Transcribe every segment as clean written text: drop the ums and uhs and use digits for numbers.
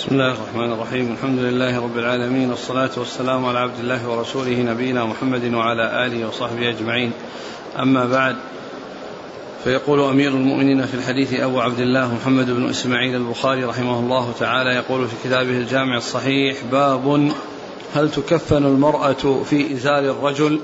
بسم الله الرحمن الرحيم. الحمد لله رب العالمين، والصلاة والسلام على عبد الله ورسوله نبينا محمد وعلى آله وصحبه أجمعين. أما بعد، فيقول أمير المؤمنين في الحديث أبو عبد الله محمد بن إسماعيل البخاري رحمه الله تعالى يقول في كتابه الجامع الصحيح: باب هل تكفن المرأة في إزار الرجل؟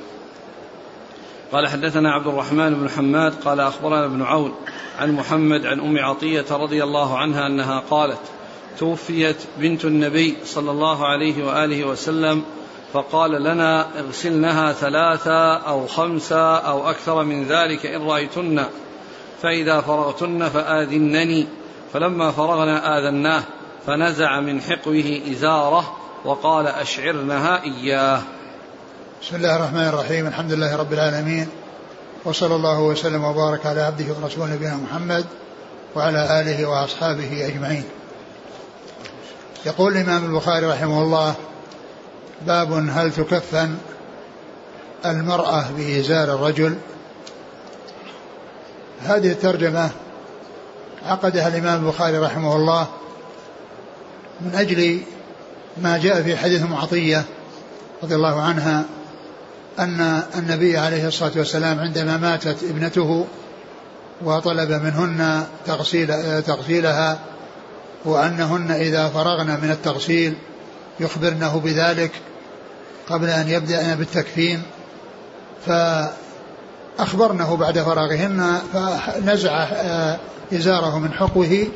قال: حدثنا عبد الرحمن بن حماد قال أخبرنا ابن عون عن محمد عن أم عطية رضي الله عنها أنها قالت: توفيت بنت النبي صلى الله عليه وآله وسلم، فقال لنا: اغسلنها 3 أو 5 أو أكثر من ذلك إن رأيتن، فإذا فرغتن فآذنني. فلما فرغنا آذناه، فنزع من حقوه إزاره وقال: أشعرنها إياه. بسم الله الرحمن الرحيم. الحمد لله رب العالمين، وصلى الله وسلم وبارك على عبده ورسوله نبينا محمد وعلى آله وأصحابه أجمعين. يقول الإمام البخاري رحمه الله: باب هل تكفن المرأة بإزار الرجل. هذه الترجمة عقدها الإمام البخاري رحمه الله من أجل ما جاء في حديث أم عطية رضي الله عنها أن النبي عليه الصلاة والسلام عندما ماتت ابنته وطلب منهن تغسيلها، وأنهن إذا فرغن من التغسيل يخبرنه بذلك قبل أن يبدأ بالتكفين، فأخبرنه بعد فراغهن، فنزع إزاره من حقوه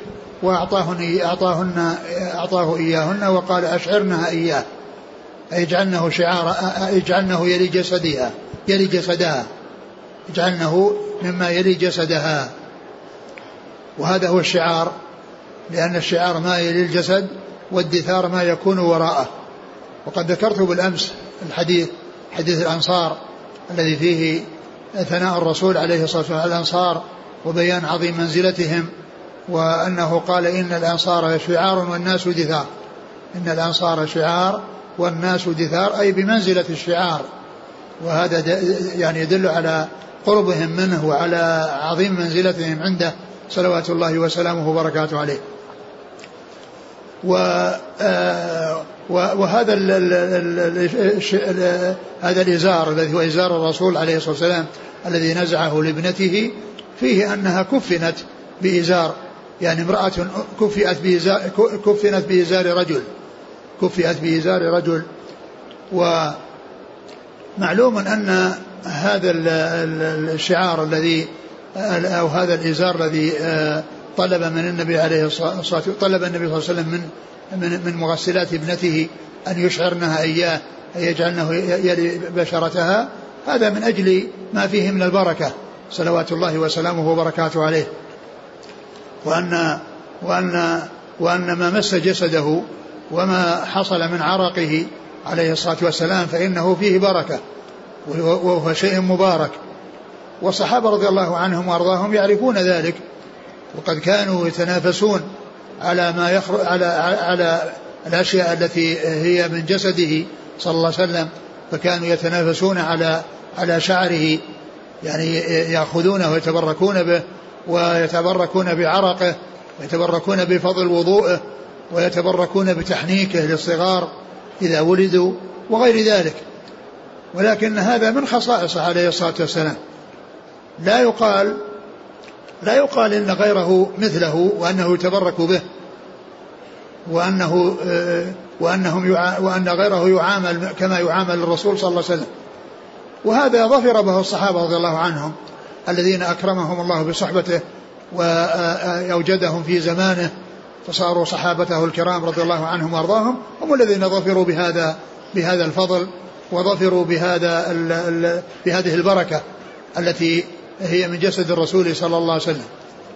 وأعطاه إياهن وقال: أشعرنها إياه، أي اجعلنه شعار، اجعلنه يلي جسدها، اجعلنه مما يلي جسدها. وهذا هو الشعار، لأن الشعار ما يلي الجسد، والدثار ما يكون وراءه. وقد ذكرت بالأمس حديث الأنصار الذي فيه ثناء الرسول عليه الصلاة والسلام على الأنصار وبيان عظيم منزلتهم، وأنه قال: إن الأنصار شعار والناس دثار. إن الأنصار شعار والناس دثار، أي بمنزلة الشعار. وهذا يعني يدل على قربهم منه وعلى عظيم منزلتهم عنده صلوات الله وسلامه وبركاته عليه. وهذا هذا الإزار الذي هو إزار الرسول عليه الصلاة والسلام الذي نزعه لابنته، فيه أنها كفنت بإزار، يعني امرأة كفنت بإزار رجل. ومعلوم أن هذا الشعار الذي أو هذا الإزار الذي طلب النبي صلى الله عليه وسلم من مغسلات ابنته أن يشعرنها إياه، أن يجعلنه يلي بشرتها، هذا من أجل ما فيه من البركة صلوات الله وسلامه وبركاته عليه. وأن ما مس جسده وما حصل من عرقه عليه الصلاة والسلام فإنه فيه بركة وهو شيء مبارك. والصحابة رضي الله عنهم وأرضاهم يعرفون ذلك، وقد كانوا يتنافسون على ما على الأشياء التي هي من جسده صلى الله عليه وسلم، فكانوا يتنافسون على شعره، يعني يأخذونه ويتبركون به، ويتبركون بعرقه، ويتبركون بفضل وضوءه، ويتبركون بتحنيكه للصغار إذا ولدوا وغير ذلك. ولكن هذا من خصائصه عليه الصلاة والسلام، لا يقال إن غيره مثله وأنه يتبرك به، وأن غيره يعامل كما يعامل الرسول صلى الله عليه وسلم. وهذا ظفر به الصحابة رضي الله عنهم الذين أكرمهم الله بصحبته وأوجدهم في زمانه، فصاروا صحابته الكرام رضي الله عنهم وأرضاهم هم الذين ظفروا بهذا الفضل، وظفروا بهذه البركة التي هي من جسد الرسول صلى الله عليه وسلم.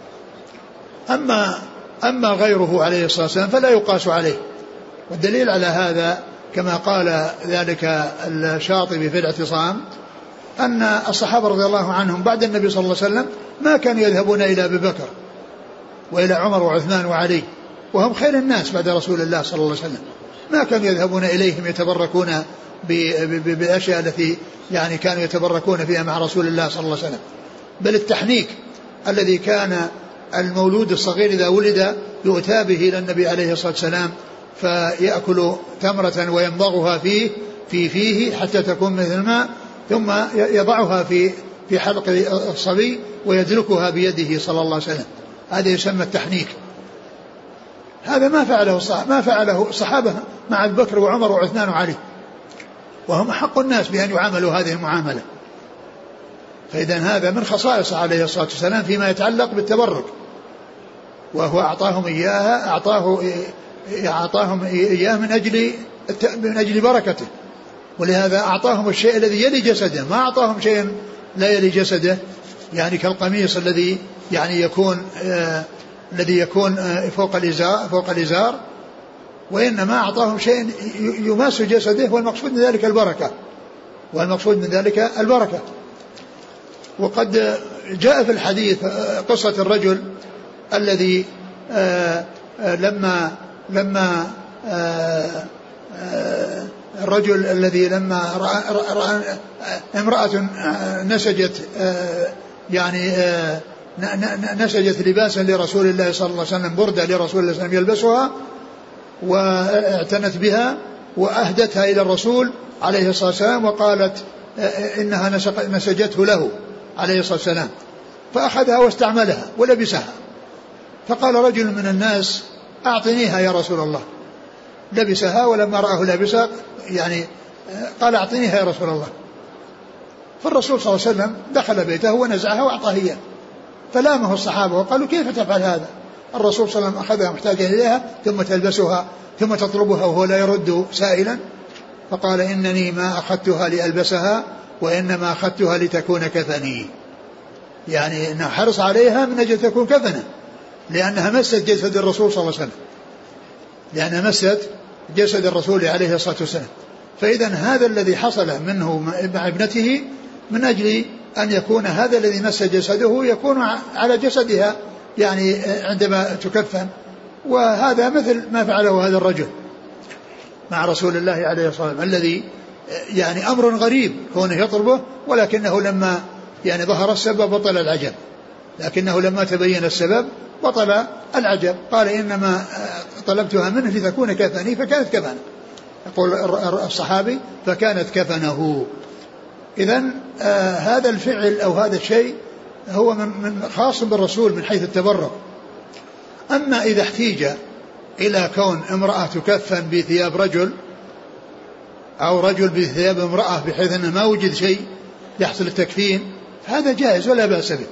أما غيره عليه الصلاة والسلام فلا يقاس عليه. والدليل على هذا كما قال ذلك الشاطبي في الاعتصام، أن الصحابة رضي الله عنهم بعد النبي صلى الله عليه وسلم ما كانوا يذهبون إلى أبي بكر وإلى عمر وعثمان وعلي، وهم خير الناس بعد رسول الله صلى الله عليه وسلم، ما كانوا يذهبون إليهم يتبركون بالأشياء التي يعني كانوا يتبركون فيها مع رسول الله صلى الله عليه وسلم. بل التحنيك الذي كان المولود الصغير إذا ولد يؤتى به إلى النبي عليه الصلاة والسلام فيأكل تمرة ويمضغها في فيه حتى تكون مثل الماء، ثم يضعها في حلق الصبي ويدلكها بيده صلى الله عليه وسلم. هذا يسمى التحنيك. هذا ما فعله الصحابة مع أبي بكر وعمر وعثمان وعلي، وهم حق الناس بأن يعاملوا هذه المعاملة. فإذا هذا من خصائص عليه الصلاة والسلام فيما يتعلق بالتبرك، وهو أعطاهم إياه من أجل بركته، ولهذا أعطاهم الشيء الذي يلي جسده، ما أعطاهم شيء لا يلي جسده، يعني كالقميص الذي يعني يكون فوق الإزار، وإنما أعطاهم شيء يماس جسده، والمقصود من ذلك البركة. وقد جاء في الحديث قصة الرجل الذي لما رأى امرأة نسجت نسجت لباسا لرسول الله صلى الله عليه وسلم، بردة لرسول الله صلى الله عليه وسلم يلبسها، واعتنت بها وأهدتها إلى الرسول عليه الصلاة والسلام، وقالت إنها نسجته له عليه الصلاة والسلام، فأخذها واستعملها ولبسها. فقال رجل من الناس أعطنيها يا رسول الله، لبسها، ولما رآه لابسها قال أعطنيها يا رسول الله. فالرسول صلى الله عليه وسلم دخل بيته ونزعها وأعطاه إياه، فلامه الصحابة وقالوا كيف تفعل هذا؟ الرسول صلى الله عليه وسلم أخذها محتاجا إليها ثم تلبسها ثم تطلبها وهو لا يرد سائلا. فقال إنني ما أخذتها لألبسها وإنما أخذتها لتكون كفني، يعني إنه حرص عليها من أجل تكون كفنا، لأنها مست جسد الرسول صلى الله عليه وسلم، عليه الصلاة والسلام. فإذا هذا الذي حصل منه مع ابنته من أجل أن يكون هذا الذي مس جسده يكون على جسدها يعني عندما تكفن، وهذا مثل ما فعله هذا الرجل مع رسول الله عليه الصلاة والسلام، الذي يعني أمر غريب كونه يطلبه، ولكنه لما ظهر السبب بطل العجب، لكنه لما تبين السبب بطل العجب. قال إنما طلبتها منه لتكون كفني فكانت كفنه، يقول الصحابي فكانت كفنه. إذن هذا الفعل أو هذا الشيء هو من خاص بالرسول من حيث التبرك. أما إذا احتيج إلى كون امرأة تكفن بثياب رجل أو رجل بثياب امرأة بحيث أنه ما وجد شيء يحصل التكفين، هذا جائز ولا بأس به،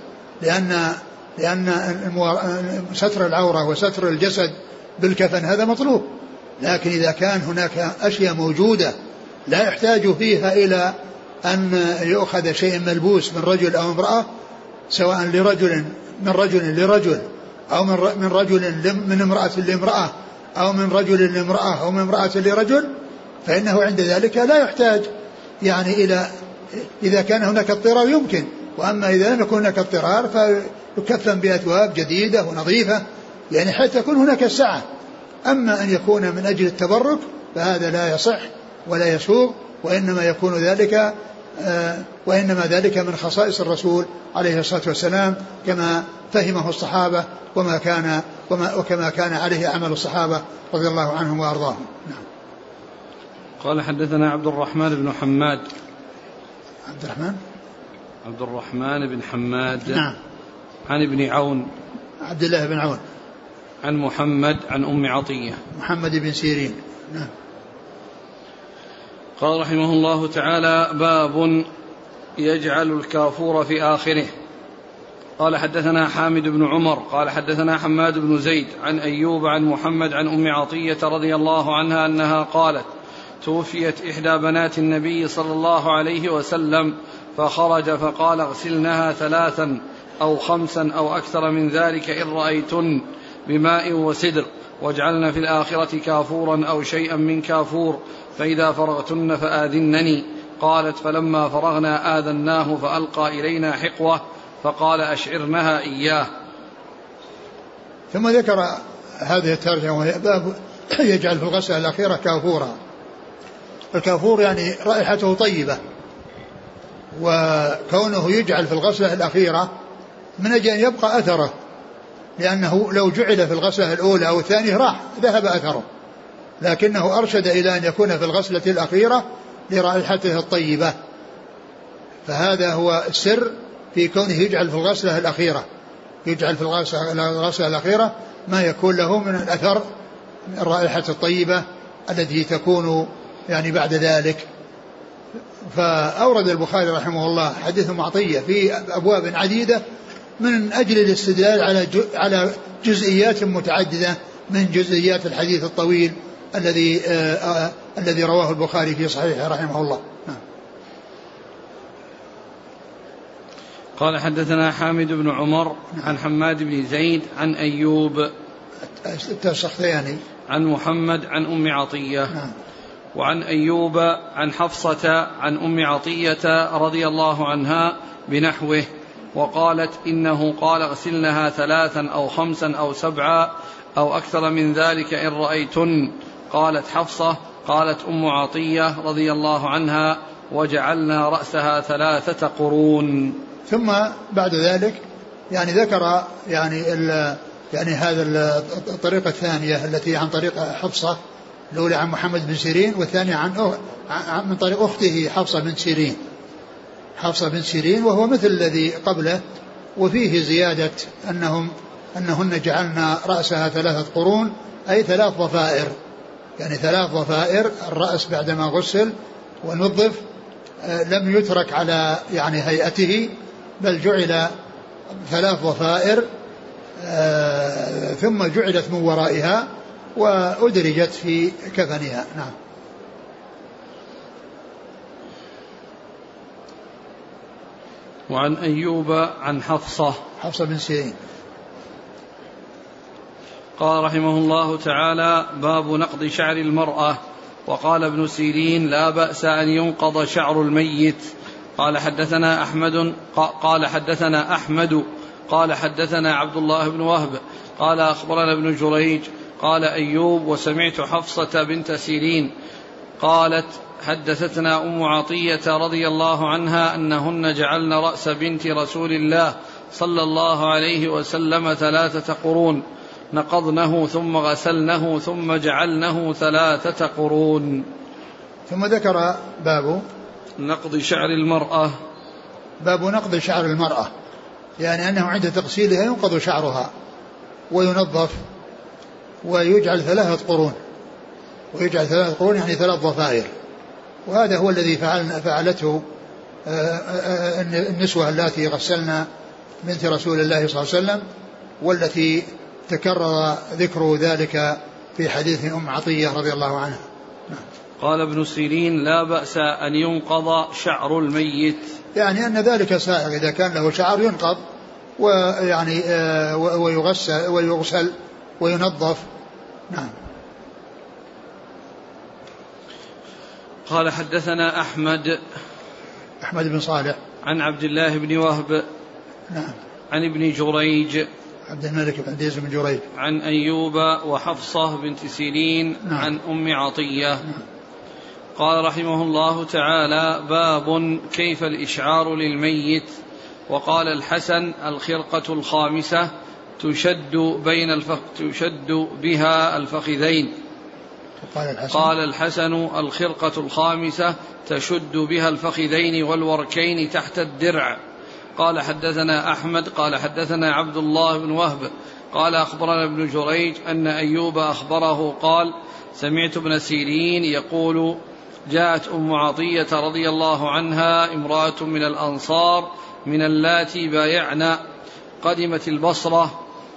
لأن ستر العورة وستر الجسد بالكفن هذا مطلوب. لكن إذا كان هناك أشياء موجودة لا يحتاج فيها إلى أن يؤخذ شيء ملبوس من رجل أو امرأة، سواء من رجل لرجل أو من رجل من امرأة لامرأة أو من رجل لامرأة أو من امرأة لرجل، فإنه عند ذلك لا يحتاج إلى إذا كان هناك اضطرار يمكن. وأما إذا لم يكن هناك اضطرار فيكفن بأثواب جديدة ونظيفة حتى تكون هناك السعة. أما أن يكون من أجل التبرك فهذا لا يصح ولا يسوغ، وإنما ذلك من خصائص الرسول عليه الصلاة والسلام كما فهمه الصحابة وكما كان عليه عمل الصحابة رضي الله عنهم وأرضاهم. نعم. قال حدثنا عبد الرحمن بن حماد. عبد الرحمن بن حماد. نعم. عن ابن عون. عبد الله بن عون. عن محمد عن أم عطية. محمد بن سيرين. نعم. قال رحمه الله تعالى: باب يجعل الكافور في آخره. قال حدثنا حامد بن عمر قال حدثنا حماد بن زيد عن أيوب عن محمد عن أم عطية رضي الله عنها أنها قالت: توفيت إحدى بنات النبي صلى الله عليه وسلم فخرج فقال: اغسلنها 3 أو 5 أو أكثر من ذلك إن رأيتن بماء وسدر، واجعلن في الآخرة كافورا أو شيئا من كافور، فإذا فرغتن فآذنني. قالت: فلما فرغنا آذناه فألقى إلينا حقوة فقال: أشعرنها إياه. ثم ذكر هذه الترجمة وهي باب يجعل في الغسلة الأخيرة كافورا. الكافور رائحته طيبة، وكونه يجعل في الغسلة الأخيرة من أجل أن يبقى أثره، لأنه لو جعل في الغسلة الأولى أو الثانية راح ذهب أثره، لكنه أرشد إلى أن يكون في الغسلة الأخيرة لرائحته الطيبة. فهذا هو السر في كونه يجعل في الغسلة الأخيرة، يجعل في الغسلة الأخيرة ما يكون له من الأثر الرائحة الطيبة التي تكون يعني بعد ذلك. فأورد البخاري رحمه الله حديث أم عطية في أبواب عديدة من أجل الاستدلال على جزئيات متعددة من جزئيات الحديث الطويل الذي رواه البخاري في صحيحه رحمه الله. قال حدثنا حامد بن عمر عن حماد بن زيد عن أيوب السختياني عن محمد عن أم عطية وعن أيوب عن حفصة عن أم عطية رضي الله عنها بنحوه، وقالت إنه قال اغسلنها 3 أو 5 أو 7 أو أكثر من ذلك إن رأيتن. قالت حفصة قالت أم عطية رضي الله عنها وجعلنا رأسها 3 قرون. ثم بعد ذلك يعني ذكر يعني هذا الطريقة الثانية التي عن طريق حفصة، الأولى عن محمد بن سيرين والثانية من طريق أخته حفصة بن سيرين وهو مثل الذي قبله، وفيه زيادة أنهن جعلنا رأسها 3 قرون أي 3 ضفائر، يعني 3 ضفائر الرأس بعدما غسل ونظف لم يترك على يعني هيئته بل جعل 3 ضفائر ثم جعلت من ورائها وأدرجت في كفنها. نعم. وعن أيوب عن حفصة بن سيرين قال رحمه الله تعالى: باب نقض شعر المرأة. وقال ابن سيرين: لا بأس أن ينقض شعر الميت. قال حدثنا أحمد قال حدثنا عبد الله بن وهب قال أخبرنا ابن جريج قال أيوب: وسمعت حفصة بنت سيرين قالت: حدثتنا أم عطية رضي الله عنها أنهن جعلن رأس بنت رسول الله صلى الله عليه وسلم 3 قرون، نقضنه ثم غسلنه ثم جعلنه 3 قرون. ثم ذكر باب نقض شعر المرأة. باب نقض شعر المرأة، يعني أنه عند تغسيلها ينقض شعرها وينظف ويجعل 3 قرون، يعني 3 ضفائر. وهذا هو الذي فعلته النسوة اللاتي غسلنا بنت رسول الله صلى الله عليه وسلم، والتي تكرر ذكر ذلك في حديث أم عطية رضي الله عنها. قال ابن سيرين: لا بأس أن ينقض شعر الميت، يعني أن ذلك سائغ، إذا كان له شعر ينقض ويعني ويغسل وينظف. نعم. قال حدثنا أحمد بن صالح عن عبد الله بن وهب نعم عن ابن جريج عبد الملك بن عبد بن جريج عن أيوب وحفصة بنت سيرين نعم. عن أم عطية نعم. قال رحمه الله تعالى: باب كيف الإشعار للميت. وقال الحسن: الخرقة الخامسة تشد بها الفخذين. قال الحسن: الخرقة الخامسة تشد بها الفخذين والوركين تحت الدرع. قال حدثنا أحمد قال حدثنا عبد الله بن وهب قال أخبرنا ابن جريج أن أيوب أخبره قال: سمعت ابن سيرين يقول: جاءت أم عطية رضي الله عنها امرأة من الأنصار من اللاتي بايعن، قدمت البصرة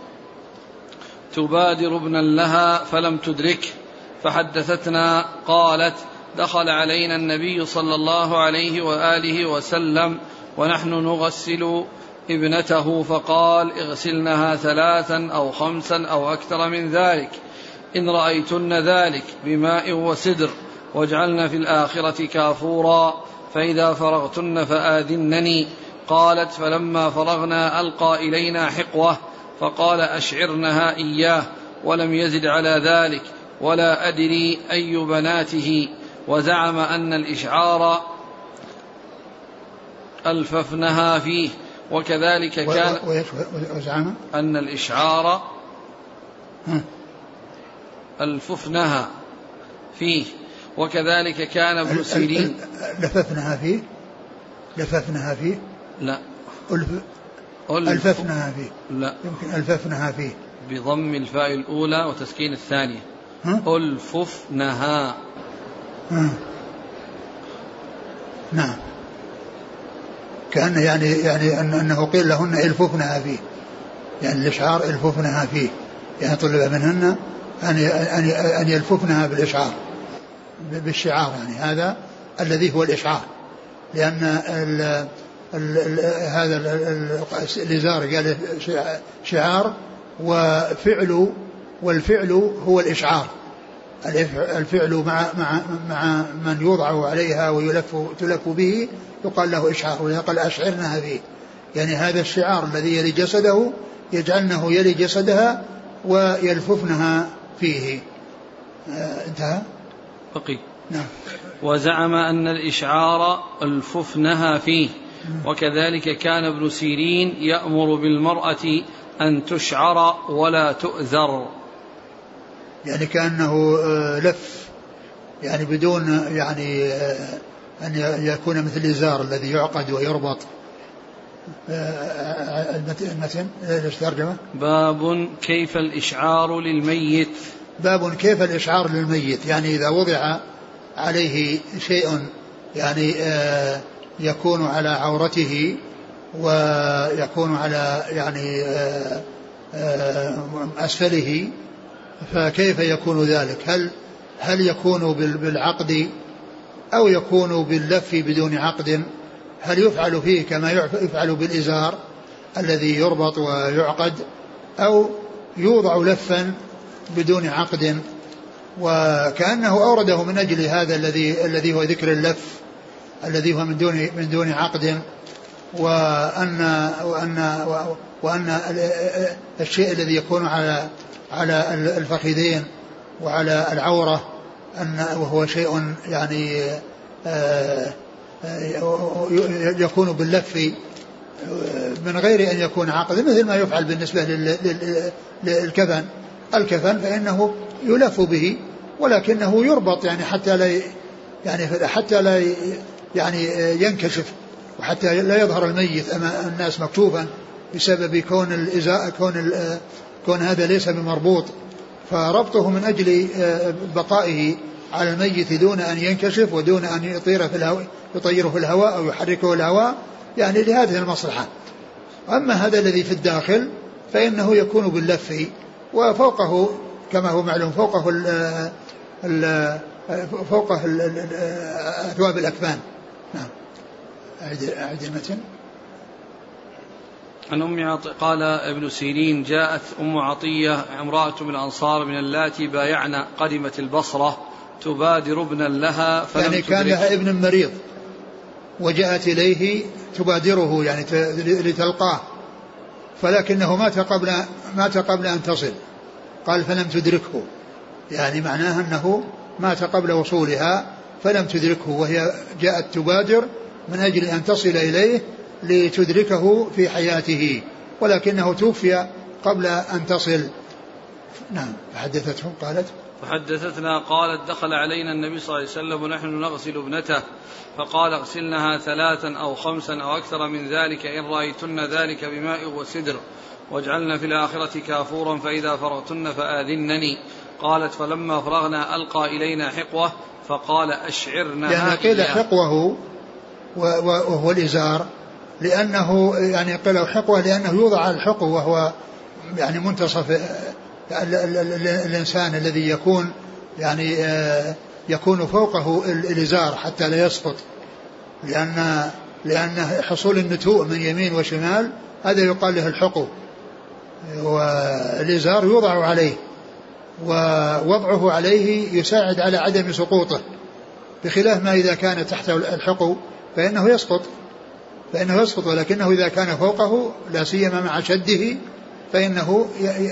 تبادر ابنا لها فلم تدركه، فحدثتنا قالت: دخل علينا النبي صلى الله عليه وآله وسلم ونحن نغسل ابنته، فقال: اغسلنها 3 أو 5 أو أكثر من ذلك إن رأيتن ذلك بماء وسدر، واجعلن في الآخرة كافورا، فإذا فرغتن فآذنني. قالت: فلما فرغنا ألقى إلينا حقوة فقال: أشعرنها إياه، ولم يزد على ذلك، ولا أدري أي بناته، وزعم أن الإشعار ألففنها فيه، وكذلك كان وزعم أن الإشعار الففنها فيه، وكذلك كان ابن سيرين لففنها فيه لا ألففنها فيه لا يمكن ألففنها فيه بضم الفاء الأولى وتسكين الثانية ألففنها. نعم كأن يعني أنه قيل لهن ألففنها فيه، يعني الإشعار ألففنها فيه، يعني طلب منهن أن يلففنها بالإشعار بالشعار، يعني هذا الذي هو الإشعار، لأن هذا الإزار قال شعار والفعل هو الإشعار، الفعل مع من يوضع عليها تلف به يقال له إشعار، ويقال أشعرنها فيه، يعني هذا الشعار الذي يلي جسده يجعلنه يلي جسدها ويلففنها فيه. انتهى بقي. نعم. وزعم أن الإشعار الففنها فيه، وكذلك كان ابن سيرين يأمر بالمرأة أن تشعر ولا تؤذر، يعني كأنه لف، يعني بدون يعني أن يكون مثل الإزار الذي يعقد ويربط. المتن ايش ترجمه؟ باب كيف الإشعار للميت. باب كيف الإشعار للميت، يعني إذا وضع عليه شيء يعني يكون على عورته ويكون على يعني أسفله، فكيف يكون ذلك؟ هل يكون بالعقد أو يكون باللف بدون عقد؟ هل يفعل فيه كما يفعل بالإزار الذي يربط ويعقد، أو يوضع لفا بدون عقد؟ وكأنه أورده من أجل هذا الذي هو ذكر اللف الذي هو من دون عقد، وأن الشيء الذي يكون على الفخذين وعلى العورة وهو شيء يعني يكون باللف من غير أن يكون عقد، مثل ما يفعل بالنسبة للكفن. الكفن فإنه يلف به ولكنه يربط، يعني حتى لا ينكشف، وحتى لا يظهر الميت أمام الناس مكشوفا بسبب كون هذا ليس بمربوط، فربطه من أجل بقائه على الميت دون أن ينكشف ودون أن يطيره في الهواء أو يحركه الهواء، يعني لهذه المصلحة. أما هذا الذي في الداخل فإنه يكون باللف، وفوقه كما هو معلوم فوقه أثواب الأكفان. نعم. أعد المتن. عن قال ابن سيرين: جاءت أم عطية امرأة من الأنصار من اللاتي بايعنا، قدمت البصرة تبادر ابنا لها فلم يعني كان لها ابن مريض وجاءت إليه تبادره يعني لتلقاه، فلكنه مات قبل أن تصل، قال فلم تدركه، يعني معناه أنه مات قبل وصولها فلم تدركه، وهي جاءت تبادر من أجل أن تصل إليه لتدركه في حياته، ولكنه توفي قبل أن تصل. نعم. فحدثتهم قالت: فحدثتنا قالت: دخل علينا النبي صلى الله عليه وسلم ونحن نغسل ابنته، فقال: اغسلنها 3 أو 5 أو أكثر من ذلك إن رأيتن ذلك بماء وسدر، واجعلن في الآخرة كافورا، فإذا فرغتن فآذنني. قالت: فلما فرغنا ألقى إلينا حقوة فقال: أشعرنها. يعني قيل حقوه وهو الإزار، لأنه يعني قيل حقوة لأنه يوضع على الحقو، وهو يعني منتصف الإنسان الذي يكون يعني يكون فوقه الإزار حتى لا يسقط، لأن حصول النتوء من يمين وشمال هذا يقال له الحقو، والإزار يوضع عليه، ووضعه عليه يساعد على عدم سقوطه، بخلاف ما إذا كان تحت الحقو فإنه يسقط، ولكنه إذا كان فوقه لا سيما مع شده فإنه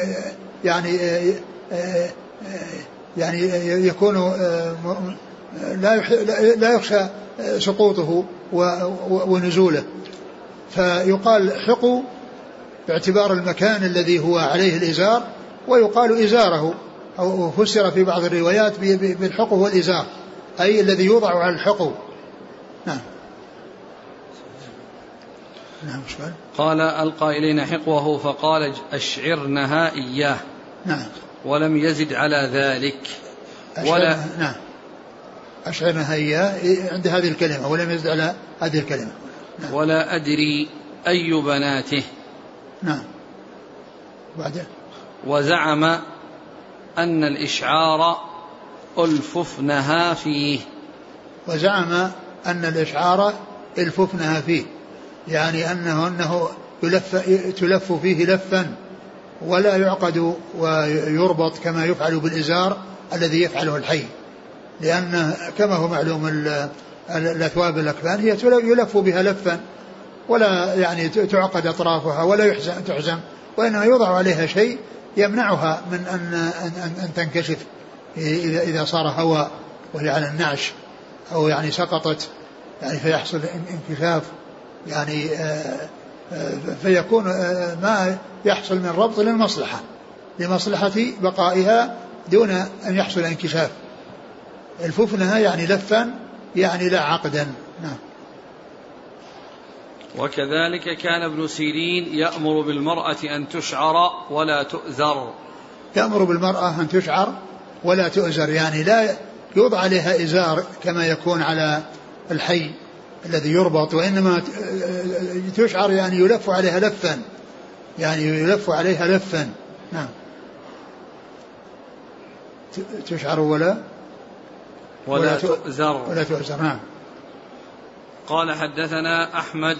يعني يكون لا يخشى سقوطه ونزوله، فيقال حقوا باعتبار المكان الذي هو عليه الإزار، ويقال إزاره، أو فسر في بعض الروايات بالحقو والإزار، أي الذي يوضع على الحقو. نعم. نعم. قال ألقى إلينا حقوه فقال أشعرنها إياه. نعم. ولم يزد على ذلك. نعم. أشعرنها إياه عند هذه الكلمة، ولم يزد على هذه الكلمة. نعم. ولا أدري أي بناته. نعم. بعده. وزعم أن الإشعار ألففنها فيه. وزعم أن الإشعار ألففنها فيه، يعني أنه تلف فيه لفا ولا يعقد ويربط كما يفعل بالإزار الذي يفعله الحي، لأن كما هو معلوم الأثواب الأكفان هي يلف بها لفا ولا يعني تعقد أطرافها ولا تحزم، وإنما يوضع عليها شيء يمنعها من أن تنكشف إذا صار هواء وهي على النعش، أو يعني سقطت يعني فيحصل انكشاف، يعني فيكون ما يحصل من ربط لمصلحة بقائها دون أن يحصل انكشاف. الففنها يعني لفا يعني لا عقدا. نعم. وكذلك كان ابن سيرين يأمر بالمرأة أن تشعر ولا تؤزر. يأمر بالمرأة أن تشعر ولا تؤزر، يعني لا يوضع عليها إزار كما يكون على الحي الذي يربط، وإنما تشعر يعني يلف عليها لفا، يعني يلف عليها لفا. نعم. تشعر ولا تؤزر. نعم. قال حدثنا أحمد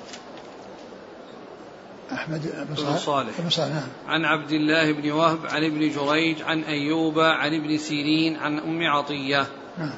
بن صالح نعم. عن عبد الله بن وهب عن ابن جريج عن أيوب عن ابن سيرين عن أم عطية. نعم.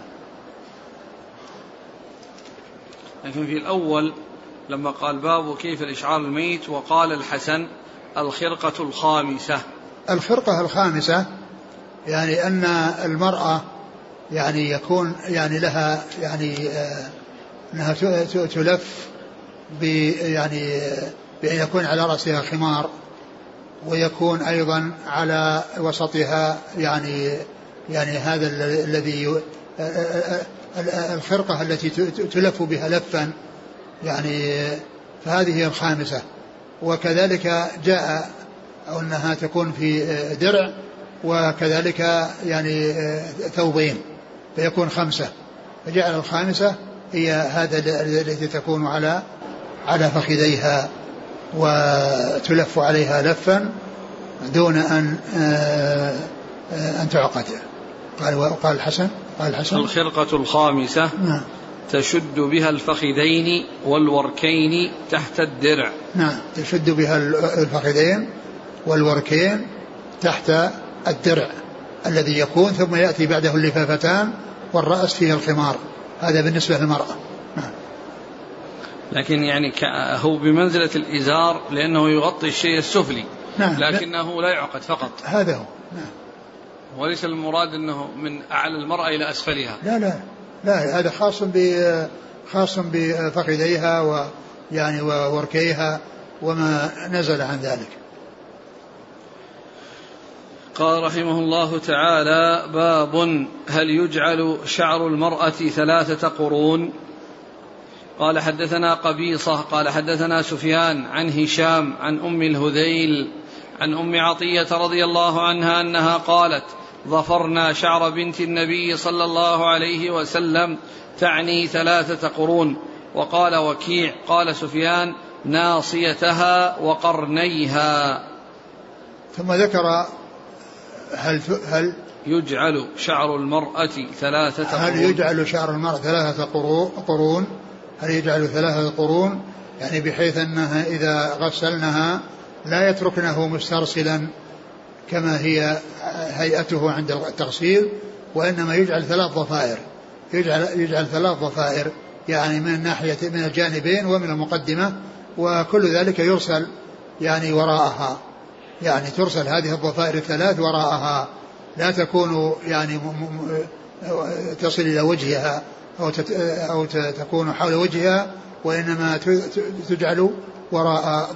لكن في الأول لما قال باب كيف الإشعار الميت، وقال الحسن الخرقة الخامسة. الخرقة الخامسة يعني أن المرأة يعني يكون يعني لها يعني أنها تلف يعني بأن يكون على رأسها خمار، ويكون أيضا على وسطها يعني هذا الذي الخرقة التي تلف بها لفا، يعني فهذه هي الخامسة. وكذلك جاء أو أنها تكون في درع، وكذلك يعني ثوبين فيكون خمسة، فجعل الخامسة هي هذا التي تكون على فخذيها وتلف عليها لفا دون أن تعقد. قال الحسن الخرقة الخامسة تشد بها الفخذين والوركين تحت الدرع. نعم. تشد بها الفخذين والوركين تحت الدرع الذي يكون، ثم يأتي بعده اللفافتان والرأس فيه الخمار. هذا بالنسبة للمرأة. نعم. لكن يعني هو بمنزلة الإزار لأنه يغطي الشيء السفلي. نعم. لكنه لا يعقد فقط. هذا هو. نعم. وليس المراد أنه من أعلى المرأة إلى أسفلها. لا هذا خاص بفخذيها ويعني ووركيها وما نزل عن ذلك. قال رحمه الله تعالى باب هل يجعل شعر المرأة 3 قرون. قال حدثنا قبيصة قال حدثنا سفيان عن هشام عن أم الهذيل عن أم عطية رضي الله عنها أنها قالت ظفرنا شعر بنت النبي صلى الله عليه وسلم تعني 3 قرون. وقال وكيع قال سفيان ناصيتها وقرنيها. ثم ذكر هل يجعل شعر المرأة 3 قرون. هل يجعل شعر المرأة 3 قرون؟ هل يجعل 3 قرون يعني بحيث أنها إذا غسلنها لا يتركنه مسترسلا كما هي هيئته عند التغسيل، وإنما يجعل 3 ضفائر، يجعل 3 ضفائر يعني من الناحية من الجانبين ومن المقدمة، وكل ذلك يرسل يعني وراءها، يعني ترسل هذه الضفائر 3 وراءها، لا تكون يعني تصل إلى وجهها أو تكون حول وجهها وإنما تجعل وراء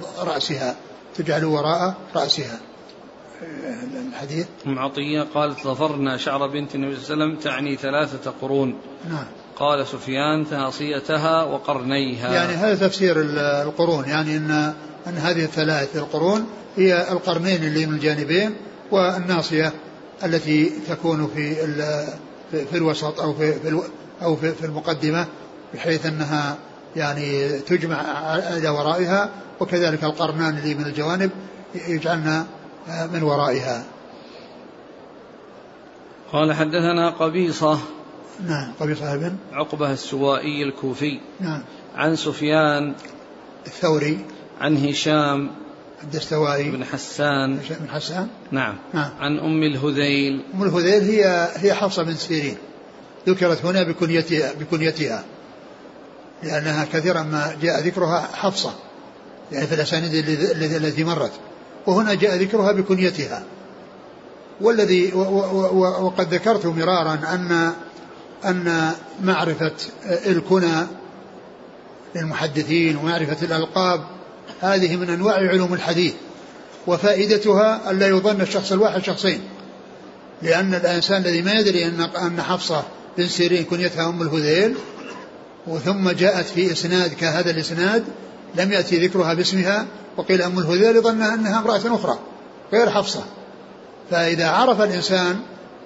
رأسها. الحديث عطية قالت ظفرنا شعر بنت النبي صلى الله عليه وسلم تعني 3 قرون. نعم. قال سفيان ناصيتها وقرنيها. يعني هذا تفسير القرون، يعني أن هذه 3 القرون هي القرنين اللي من الجانبين، والناصية التي تكون في الوسط أو في المقدمة، بحيث أنها يعني تجمع إلى ورائها، وكذلك القرنان اللي من الجوانب يجعلنا من ورائها. قال حدثنا قبيصة. نعم. قبيصة بن عقبة السوائي الكوفي. نعم. عن سفيان الثوري. عن هشام الدستوائي بن حسان. بن حسان. نعم. عن أم الهذيل. أم الهذيل هي حفصة بن سيرين، ذكرت هنا بكنيتها لأنها كثيرا ما جاء ذكرها حفصة، يعني في الأسانيد التي مرت، وهنا جاء ذكرها بكنيتها. والذي وقد ذكرت مرارا أن معرفة الكنى للمحدثين ومعرفة الألقاب هذه من أنواع علوم الحديث، وفائدتها أن لا يظن الشخص الواحد شخصين، لأن الإنسان الذي ما يدري أن حفصة بن سيرين كنيتها أم الهذيل، وثم جاءت في إسناد كهذا الإسناد لم يأتي ذكرها باسمها وقيل أم الهذيل، ظن أنها امرأة أخرى غير حفصة. فإذا عرف الإنسان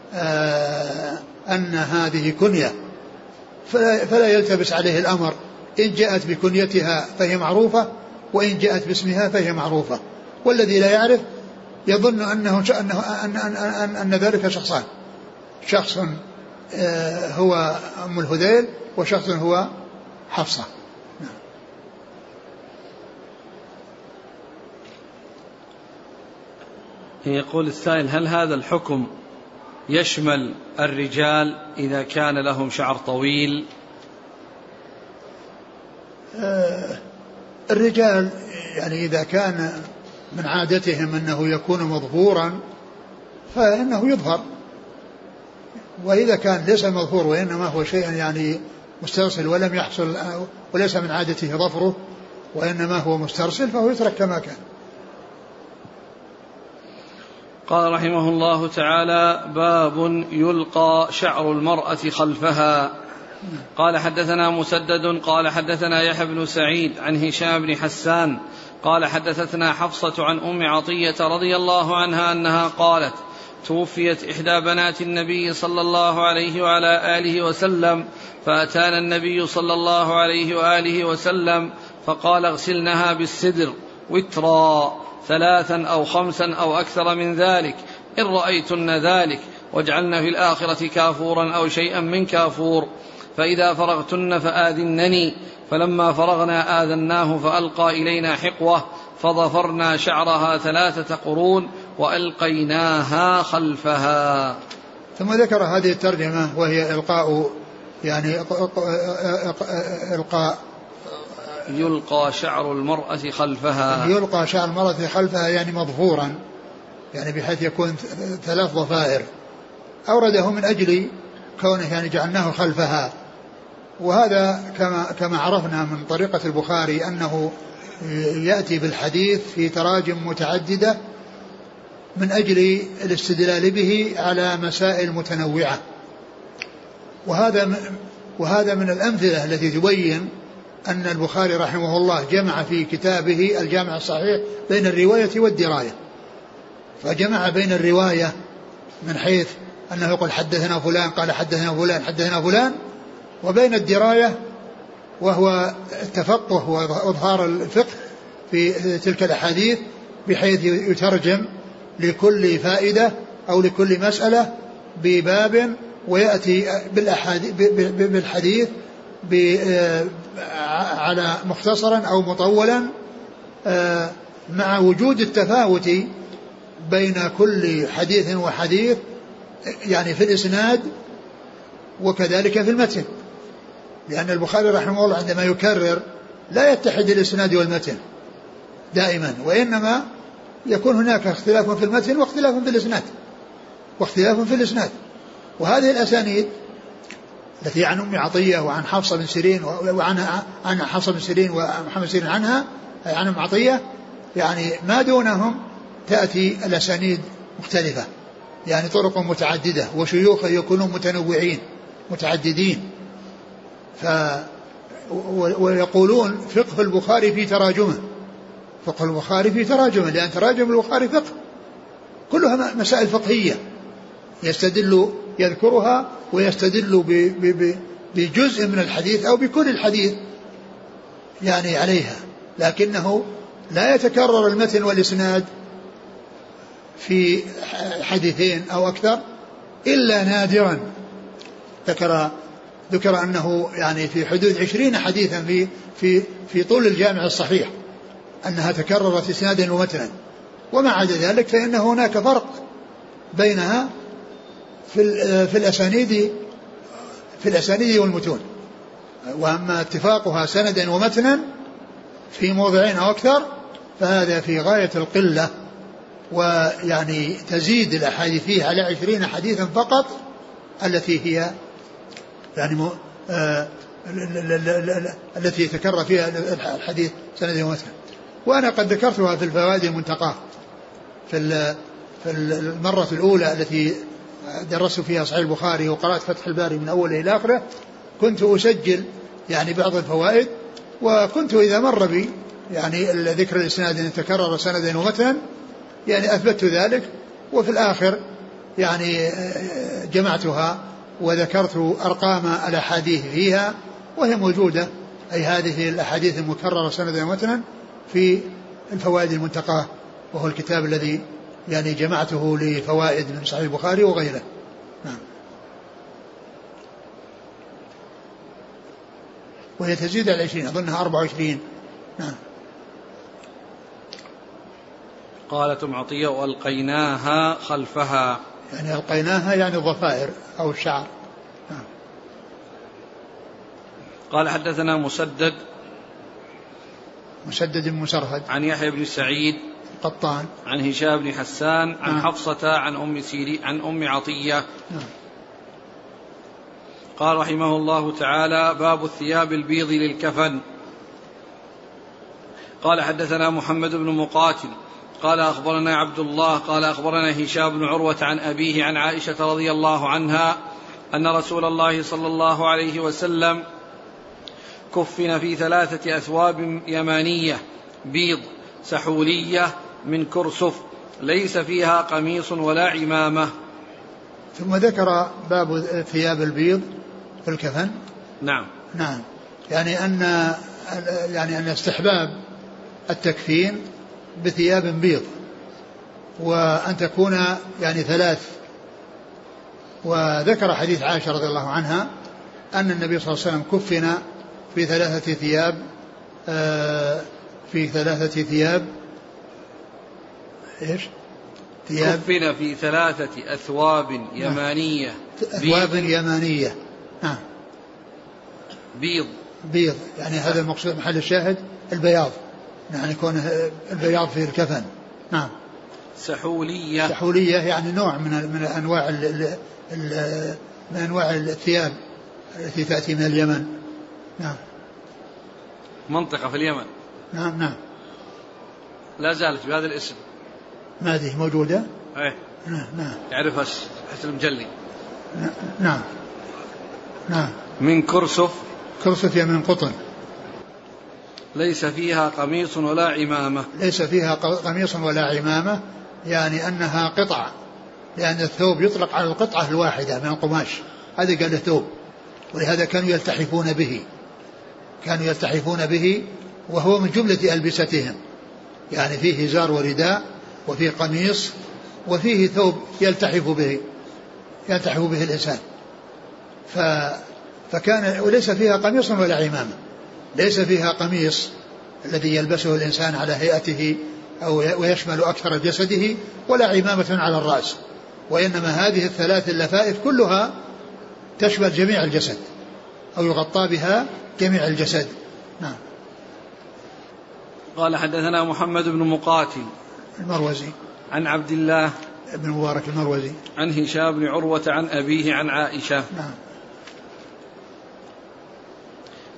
أن هذه كنية فلا يلتبس عليه الأمر، إن جاءت بكنيتها فهي معروفة، وإن جاءت باسمها فهي معروفة. والذي لا يعرف يظن أن ذلك شخصان، شخص هو أم الهذيل وشخص هو حفصة. يقول السائل: هل هذا الحكم يشمل الرجال إذا كان لهم شعر طويل؟ الرجال يعني إذا كان من عادتهم أنه يكون مظهورا فإنه يظهر، وإذا كان ليس مظهور وإنما هو شيء يعني مسترسل ولم يحصل وليس من عادته ظفره وإنما هو مسترسل فهو يترك كما كان. قال رحمه الله تعالى: باب يلقى شعر المرأة خلفها. قال حدثنا مسدد قال حدثنا يحيى بن سعيد عن هشام بن حسان قال حدثتنا حفصة عن أم عطية رضي الله عنها أنها قالت: توفيت إحدى بنات النبي صلى الله عليه وعلى آله وسلم، فأتانا النبي صلى الله عليه وآله وسلم فقال: اغسلنها بالسدر وترا 3 أو 5 أو أكثر من ذلك إن رأيتن ذلك، واجعلن في الآخرة كافورا أو شيئا من كافور، فإذا فرغتن فآذنني. فلما فرغنا آذناه فألقى إلينا حقوة فضفرنا شعرها 3 قرون وألقيناها خلفها. ثم ذكر هذه الترجمة وهي إلقاء، يعني إلقاء يلقى شعر المرأة خلفها، يلقى شعر المرأة خلفها يعني مظهورا، يعني بحيث يكون 3 ضفائر. أورده من أجل كونه يعني جعلناه خلفها، وهذا كما عرفنا من طريقة البخاري أنه يأتي بالحديث في تراجم متعددة من أجل الاستدلال به على مسائل متنوعة، وهذا من الأمثلة التي تبين أن البخاري رحمه الله جمع في كتابه الجامع الصحيح بين الرواية والدراية، فجمع بين الرواية من حيث أنه يقول حدثنا فلان قال حدثنا فلان حدثنا فلان، وبين الدراية وهو التفقه وإظهار الفقه في تلك الأحاديث بحيث يترجم لكل فائدة أو لكل مسألة بباب، ويأتي بالحديث على مختصرا أو مطولا مع وجود التفاوت بين كل حديث وحديث، يعني في الإسناد وكذلك في المتن، لأن البخاري رحمه الله عندما يكرر لا يتحد الإسناد والمتن دائما، وإنما يكون هناك اختلاف في المتن واختلاف في الإسناد وهذه الأسانيد التي عن أم عطية وعن حفصة بن سيرين عن حفصة بن سيرين ومحمد سيرين عنها عن أم عطية، يعني ما دونهم تأتي الأسانيد مختلفة، يعني طرق متعددة وشيوخ يكونون متنوعين متعددين. ويقولون فقه البخاري في تراجمه، فقه البخاري في تراجمه، لأن تراجم البخاري فقه كلها مسائل فقهية يستدل يذكرها ويستدل بجزء من الحديث أو بكل الحديث يعني عليها، لكنه لا يتكرر المتن والإسناد في حديثين أو أكثر إلا نادرا. ذكر أنه يعني في حدود 20 حديثا في طول الجامع الصحيح أنها تكررت إسنادا ومتنا، وما عدا ذلك فإن هناك فرق بينها في الأسانيد والمتون. وأما اتفاقها سندا ومتنا في موضعين أو أكثر فهذا في غاية القلة، ويعني تزيد الأحاديث فيها على 20 حديثا فقط التي هي يعني التي يتكرر فيها الحديث سندا ومتنا. وأنا قد ذكرتها في الفوائد المنتقاة في المرة الأولى التي درست فيها صحيح البخاري وقرأت فتح الباري من أوله إلى آخره، كنت أسجل يعني بعض الفوائد، وكنت إذا مر بي يعني ذكر الإسناد أن تكرر سندا ومتنا يعني أثبت ذلك، وفي الآخر يعني جمعتها وذكرت أرقام الأحاديث فيها وهي موجودة، أي هذه الأحاديث المكررة سندا ومتنا في الفوائد المنتقاة، وهو الكتاب الذي يعني جمعته لفوائد من صحيح البخاري وغيره. نعم. وهي تزيد على 20 أظنها 24. نعم. قالت أم عطية وألقيناها خلفها، يعني ألقيناها يعني الضفائر أو الشعر. نعم. قال حدثنا مسدد بن مسرهد عن يحيى بن سعيد قطان عن هشام بن حسان عن حفصة عن أم سيرين عن أم عطية. قال رحمه الله تعالى: باب الثياب البيض للكفن. قال حدثنا محمد بن مقاتل قال أخبرنا عبد الله قال أخبرنا هشام بن عروة عن أبيه عن عائشة رضي الله عنها أن رسول الله صلى الله عليه وسلم كفن في 3 أثواب يمانية بيض سحولية من كرسف ليس فيها قميص ولا عمامة. ثم ذكر باب الثياب البيض في الكفن. نعم. يعني أن استحباب التكفين بثياب بيض، وأن تكون يعني 3. وذكر حديث عائشة رضي الله عنها أن النبي صلى الله عليه وسلم كفن في 3 ثياب إيش؟ كفن في 3 أثواب يمانية. أثواب يمانية. نعم. بيض يعني هذا المقصود محل الشاهد البياض، يعني يكون البياض في الكفن. نعم. سحولية يعني نوع من أنواع الثياب التي تأتي من اليمن. نعم. منطقة في اليمن. نعم. لا زالت بهذا الاسم. ما هذه موجودة؟ ايه. نعم. يعرفها حسن المجلي. نعم. من كرسف من قطن ليس فيها قميص ولا عمامة. يعني أنها قطعة، لأن الثوب يطلق على القطعة الواحدة من القماش، هذا قال ثوب، ولهذا كانوا يلتحفون به وهو من جملة ألبستهم، يعني فيه إزار ورداء وفيه قميص وفيه ثوب يلتحف به الإنسان. فكان وليس فيها قميص ولا عمامة، ليس فيها قميص الذي يلبسه الإنسان على هيئته أو ويشمل أكثر جسده، ولا عمامة على الرأس، وإنما هذه 3 اللفائف كلها تشمل جميع الجسد أو يغطى بها جميع الجسد. نعم. قال حدثنا محمد بن مقاتل المروزي عن عبد الله بن مبارك المروزي عن هشام بن عروة عن أبيه عن عائشة. نعم.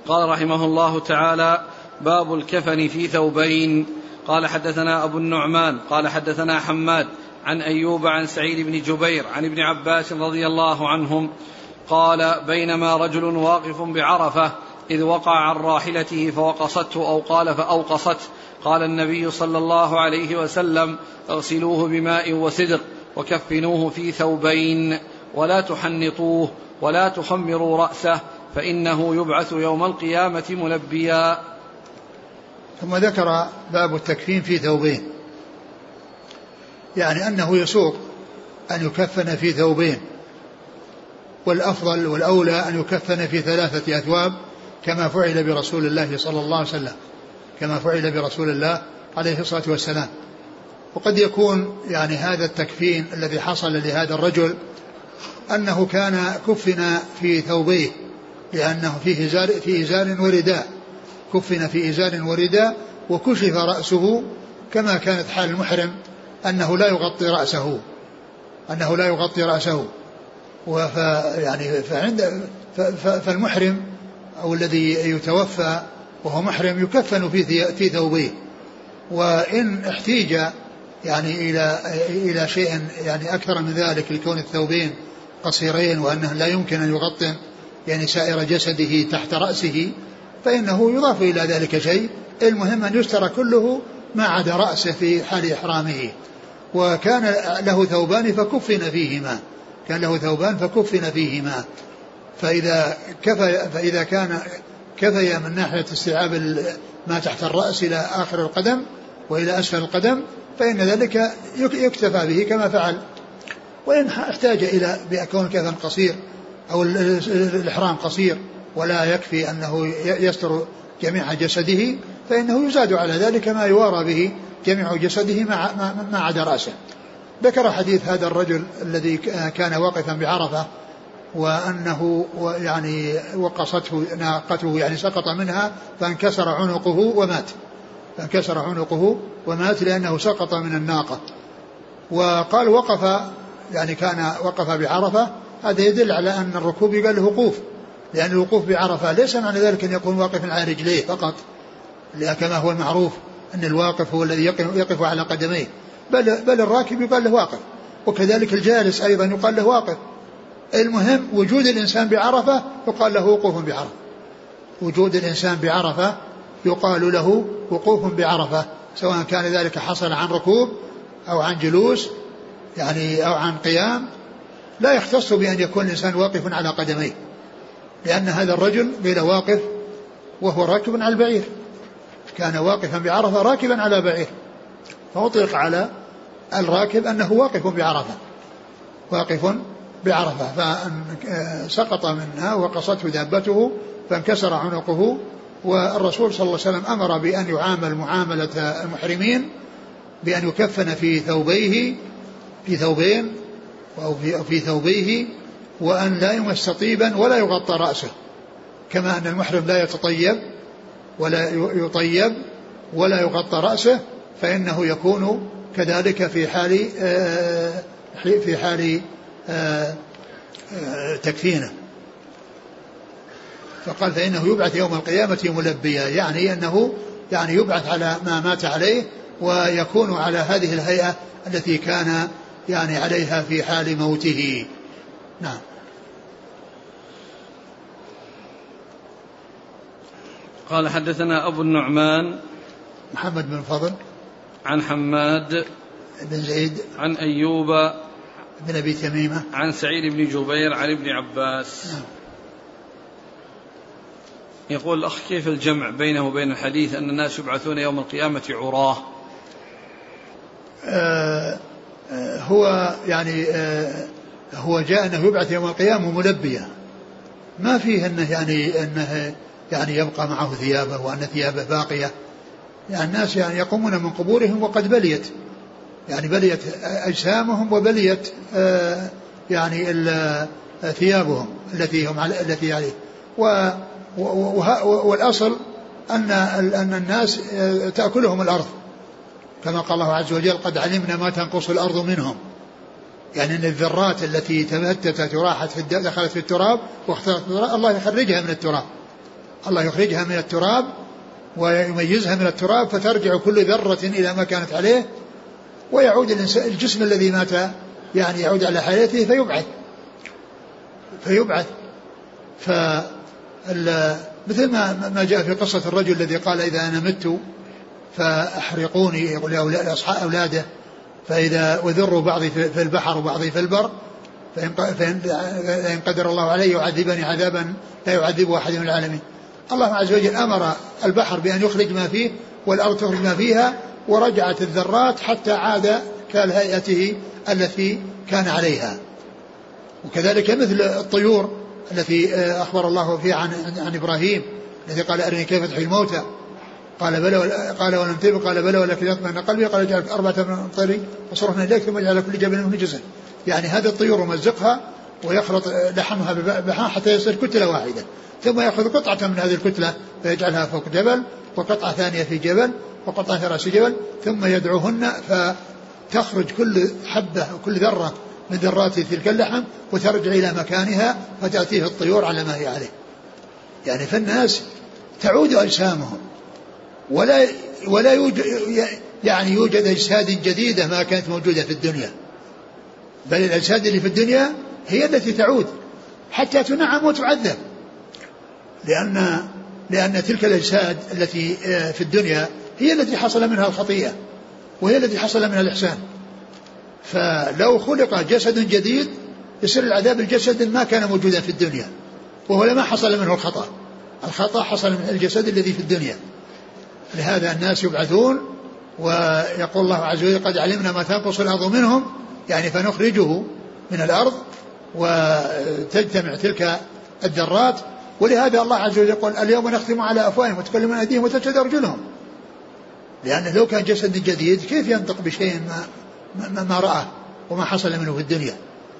قال رحمه الله تعالى: باب الكفن في ثوبين. قال حدثنا أبو النعمان قال حدثنا حماد عن أيوب عن سعيد بن جبير عن ابن عباس رضي الله عنهم قال: بينما رجل واقف بعرفة إذ وقع عن راحلته فوقصته أو قال فأوقصته، قال النبي صلى الله عليه وسلم: اغسلوه بماء وسدر وكفنوه في ثوبين ولا تحنطوه ولا تخمروا رأسه فإنه يبعث يوم القيامة ملبيا. ثم ذكر باب التكفين في ثوبين، يعني أنه يسوق أن يكفن في ثوبين، والأفضل والأولى أن يكفن في 3 أثواب كما فعل برسول الله صلى الله عليه وسلم، كما فعل برسول الله عليه الصلاة والسلام. وقد يكون يعني هذا التكفين الذي حصل لهذا الرجل أنه كان كفن في ثوبيه، لأنه في إزار ورداء، كفن في إزار ورداء وكشف رأسه، كما كانت حال المحرم أنه لا يغطي رأسه، فالمحرم أو الذي يتوفى وهو محرم يكفن في ثوبيه. وإن احتيج يعني إلى شيء يعني أكثر من ذلك لكون الثوبين قصيرين وأنه لا يمكن أن يغطي يعني سائر جسده تحت رأسه، فإنه يضاف إلى ذلك شيء. المهم أن يستر كله ما عدا رأسه في حال إحرامه. وكان له ثوبان فكفن فيهما، فإذا كان كفي من ناحية استيعاب ما تحت الرأس إلى آخر القدم وإلى أسفل القدم فإن ذلك يكتفى به كما فعل. وإن احتاج إلى بأكون كفن قصير أو الإحرام قصير ولا يكفي أنه يستر جميع جسده فإنه يزاد على ذلك ما يوارى به جميع جسده ما عدا رأسه. ذكر حديث هذا الرجل الذي كان واقفا بعرفة وأنه يعني وقصته ناقته يعني سقط منها فانكسر عنقه ومات لأنه سقط من الناقة. وقال كان وقف بعرفة، هذا يدل على أن الركوب يقال له وقوف، لأن الوقوف بعرفة ليس معنى ذلك أن يكون واقف على رجليه فقط، كما هو المعروف أن الواقف هو الذي يقف على قدميه، بل الراكب يقال له واقف، وكذلك الجالس أيضا يقال له واقف. المهم وجود الإنسان بعرفة يقال له وقوف بعرفة، وجود الإنسان بعرفة يقال له وقوف بعرفة، سواء كان ذلك حصل عن ركوب أو عن جلوس يعني أو عن قيام، لا يختص بأن يكون الإنسان واقف على قدميه، لأن هذا الرجل قيل واقف وهو راكب على البعير، كان واقفا بعرفة راكبا على بعير، فأطلق على الراكب أنه واقف بعرفة، فسقط منها وقصته دابته فانكسر عنقه. والرسول صلى الله عليه وسلم أمر بأن يعامل معاملة المحرمين بأن يكفن في ثوبين أو في ثوبيه، وأن لا يمس طيبا ولا يغطى رأسه، كما أن المحرم لا يتطيب ولا يطيب ولا يغطى رأسه، فإنه يكون كذلك في حال تكفينه. فقال فإنه يبعث يوم القيامة ملبيا، يعني أنه يعني يبعث على ما مات عليه ويكون على هذه الهيئة التي كان يعني عليها في حال موته. نعم. قال حدثنا أبو النعمان محمد بن فضل عن حماد بن زيد عن أيوب بن أبي تميمة عن سعيد بن جبير عن ابن عباس. نعم. يقول الأخ كيف الجمع بينه وبين الحديث أن الناس يبعثون يوم القيامة عراه؟ هو يعني هو جاء أنه يبعث يوم القيامة ملبيا، ما فيه أنه يعني يبقى معه ثيابه وأن ثيابه باقية، يعني الناس يعني يقومون من قبورهم وقد بليت أجسامهم وبليت يعني ثيابهم التي عليه. والأصل أن الناس تأكلهم الأرض، كما قال الله عز وجل قد علمنا ما تنقص الأرض منهم، يعني أن الذرات التي تفتتت وراحت دخلت في التراب واختلطت بالتراب الله يخرجها من التراب، الله يخرجها من التراب ويميزها من التراب، فترجع كل ذرة إلى ما كانت عليه، ويعود الجسم الذي مات يعني يعود على حالته فيبعث. مثل ما جاء في قصة الرجل الذي قال إذا أنا مت فأحرقوني، يقول أولاده، فإذا وذروا بعضي في البحر وبعضي في البر، فإن قدر الله علي يعذبني عذابا لا يعذبه أحد من العالمين. الله عز وجل أمر البحر بأن يخرج ما فيه والأرض تخرج ما فيها، ورجعت الذرات حتى عاد كالهيئته التي كان عليها. وكذلك مثل الطيور التي أخبر الله فيها عن إبراهيم الذي قال أرني كيف تحيي الموتى، قال بلى، قال ولم تبق، قال بلى ولكن يطمئن قلبي، قال اجعل 4 من طير فصرفنا إليك ثم اجعل كل جبل منه جزء. يعني هذه الطيور ومزقها ويخلط لحمها ببحان حتى يصير كتلة واحدة، ثم يأخذ قطعة من هذه الكتلة فيجعلها فوق جبل، وقطعة ثانية في جبل، وقطعة في رأس جبل، ثم يدعوهن فتخرج كل حبة وكل ذرة من ذرات تلك اللحم وترجع إلى مكانها، فتأتيه الطيور على ما هي عليه. يعني فالناس تعود أجسامهم ولا يوجد أجساد جديدة ما كانت موجودة في الدنيا، بل الأجساد اللي في الدنيا هي التي تعود حتى تنعم وتعذب، لأن تلك الأجساد التي في الدنيا هي التي حصل منها الخطيئة وهي التي حصل منها الإحسان. فلو خلق جسد جديد يصير العذاب الجسد ما كان موجودا في الدنيا، وهو لما حصل منه الخطأ حصل من الجسد الذي في الدنيا. لهذا الناس يبعثون، ويقول الله عز وجل قد علمنا ما تنقص الأرض منهم، يعني فنخرجه من الأرض وتجتمع تلك الذرات. ولهذا الله عز وجل يقول اليوم نختم على أفواههم وتكلمون أيديهم وتشهد أرجلهم، لأن لو كان جسد جديد كيف ينطق بشيء ما رأى وما حصل منه في الدنيا.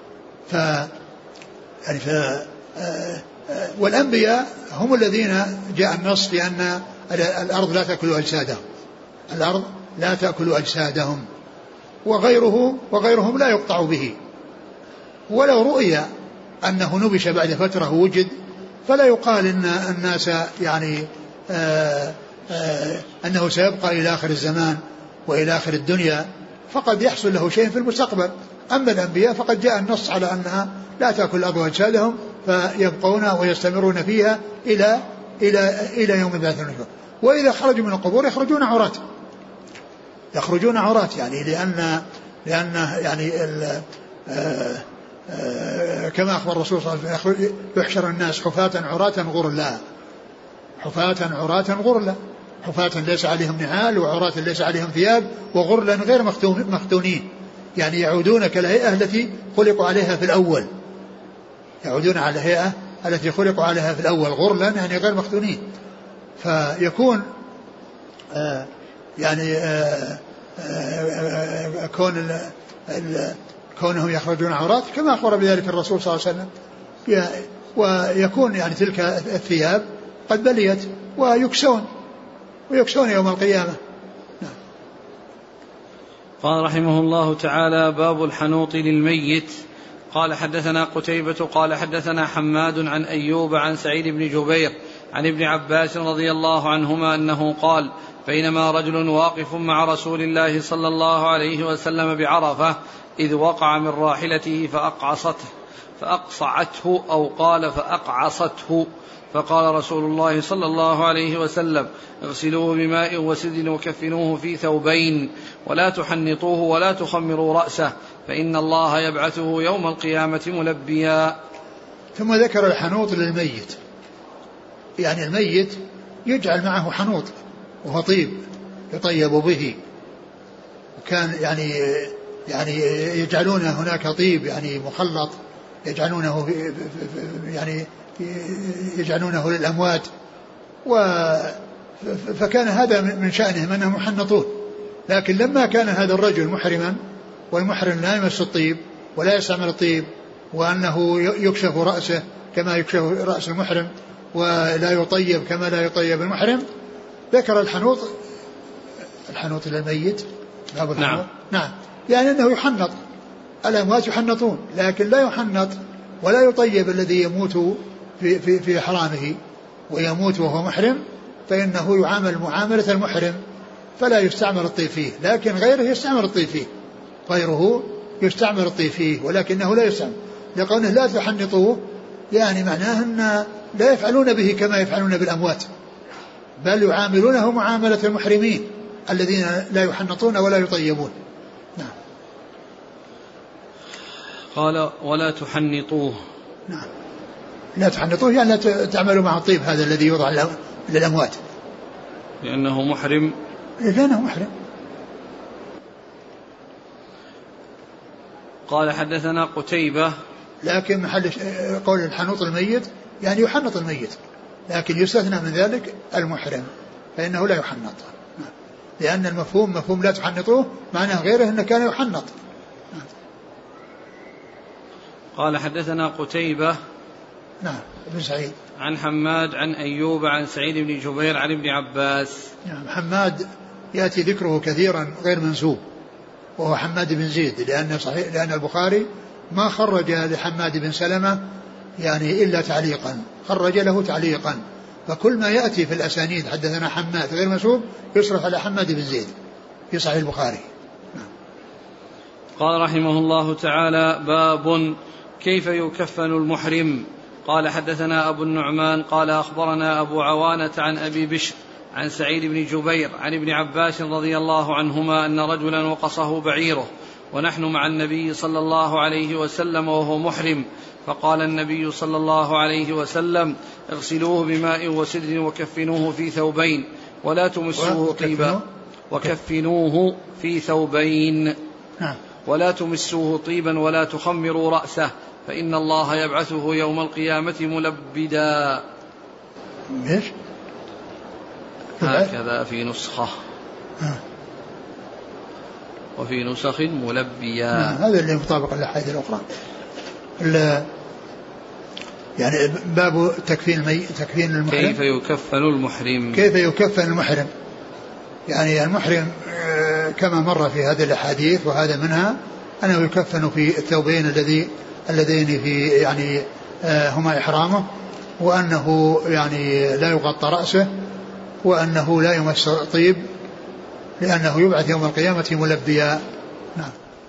والأنبياء هم الذين جاء النص بأن الأرض لا تأكل أجسادهم، الأرض لا تأكل أجسادهم، وغيرهم لا يقطع به. ولو رؤي أنه نبش بعد فترة وجد، فلا يقال إن الناس يعني أنه سيبقى إلى آخر الزمان وإلى آخر الدنيا، فقد يحصل له شيء في المستقبل. أما الأنبياء فقد جاء النص على أنها لا تأكل الأرض أجسادهم، فيبقون ويستمرون فيها إلى يوم البعث والنشور. وإذا خرجوا من القبور يخرجون عراة يعني لأن يعني كما أخبر الرسول صلى الله عليه وسلم يحشر الناس حفاة عراة غرلا، حفاة عراة غرلا، حفاة ليس عليهم نعال وعراة ليس عليهم ثياب وغرلا غير مختونين، يعني يعودون كالهيئة التي خلقوا عليها في الأول، يعودون على الهيئة التي خلقوا عليها في الأول غرلا يعني غير مختونين. فيكون يعني كونهم يخرجون عورات كما أخبر بذلك الرسول صلى الله عليه وسلم، ويكون يعني تلك الثياب قد بليت ويكسون يوم القيامة. قال رحمه الله تعالى: باب الحنوط للميت. قال حدثنا قتيبة قال حدثنا حماد عن أيوب عن سعيد بن جبير عن ابن عباس رضي الله عنهما أنه قال: بينما رجل واقف مع رسول الله صلى الله عليه وسلم بعرفة إذ وقع من راحلته فأقصعته أو قال فأقعصته، فقال رسول الله صلى الله عليه وسلم: اغسلوه بماء وسدر وكفنوه في ثوبين ولا تحنطوه ولا تخمروا رأسه فإن الله يبعثه يوم القيامة ملبيا. ثم ذكر الحنوط للميت، يعني الميت يجعل معه حنوط وهو طيب يطيب به، وكان يعني يجعلون هناك طيب يعني مخلط يجعلونه يعني يجعلونه للأموات، فكان هذا من شأنهم أنهم يحنطون. لكن لما كان هذا الرجل محرما والمحرم لا يمس الطيب ولا يستعمل الطيب، وأنه يكشف رأسه كما يكشف رأس المحرم ولا يطيب كما لا يطيب المحرم، ذكر الحنوط للميت. نعم يعني أنه يحنط، الأموات يحنطون، لكن لا يحنط ولا يطيب الذي يموت في حرامه ويموت وهو محرم فإنه يعامل معاملة المحرم فلا يستعمل الطيب فيه، لكن غيره يستعمل الطيب فيه، غيره يستعمل الطيب فيه ولكنه لا يستعمل، لقوله لا تحنطوه يعني معناه أن لا يفعلون به كما يفعلون بالأموات، بل يعاملونه معاملة المحرمين الذين لا يحنطون ولا يطيبون. نعم. قال ولا تحنطوه. نعم. لا تحنطوه يعني لا تعملوا مع الطيب هذا الذي يوضع للأموات لأنه محرم. لأنه محرم. قال حدثنا قتيبة. لكن محل قول الحنوط الميت يعني يحنط الميت، لكن يستثنى من ذلك المحرم فإنه لا يحنط، لأن المفهوم مفهوم لا تحنطوه معناه غيره أنه كان يحنط. قال حدثنا قتيبة. نعم. ابن سعيد. عن حماد عن أيوب عن سعيد بن جبير عن ابن عباس. نعم. حماد يأتي ذكره كثيرا غير منسوب وهو حماد بن زيد، لأن البخاري ما خرج لحماد بن سلمة يعني إلا تعليقا، خرج له تعليقا، فكل ما يأتي في الأسانيد حدثنا حماد غير منسوب يصرف على حماد بن زيد في صحيح البخاري. قال رحمه الله تعالى باب كيف يكفن المحرم. قال حدثنا أبو النعمان قال أخبرنا أبو عوانة عن أبي بشر عن سعيد بن جبير عن ابن عباس رضي الله عنهما أن رجلا وقصه بعيره ونحن مع النبي صلى الله عليه وسلم وهو محرم، فقال النبي صلى الله عليه وسلم اغسلوه بماء وسدر وكفنوه في ثوبين ولا تمسوه طيبا وكفنوه في ثوبين ولا تمسوه طيبا ولا تخمروا رأسه فإن الله يبعثه يوم القيامة ملبدا. ايش؟ هكذا في نسخة وفي نسخ ملبيا. هذا اللي مطابق للأحاديث الأخرى. يعني باب تكفين المحرم. كيف يكفن المحرم. كيف يكفن المحرم يعني المحرم كما مر في هذه الأحاديث وهذا منها أنه يكفن في الثوبين اللذين في يعني هما إحرامه، وأنه يعني لا يغطى رأسه، وأنه لا يمس طيب لأنه يبعث يوم القيامة ملبيا. نعم.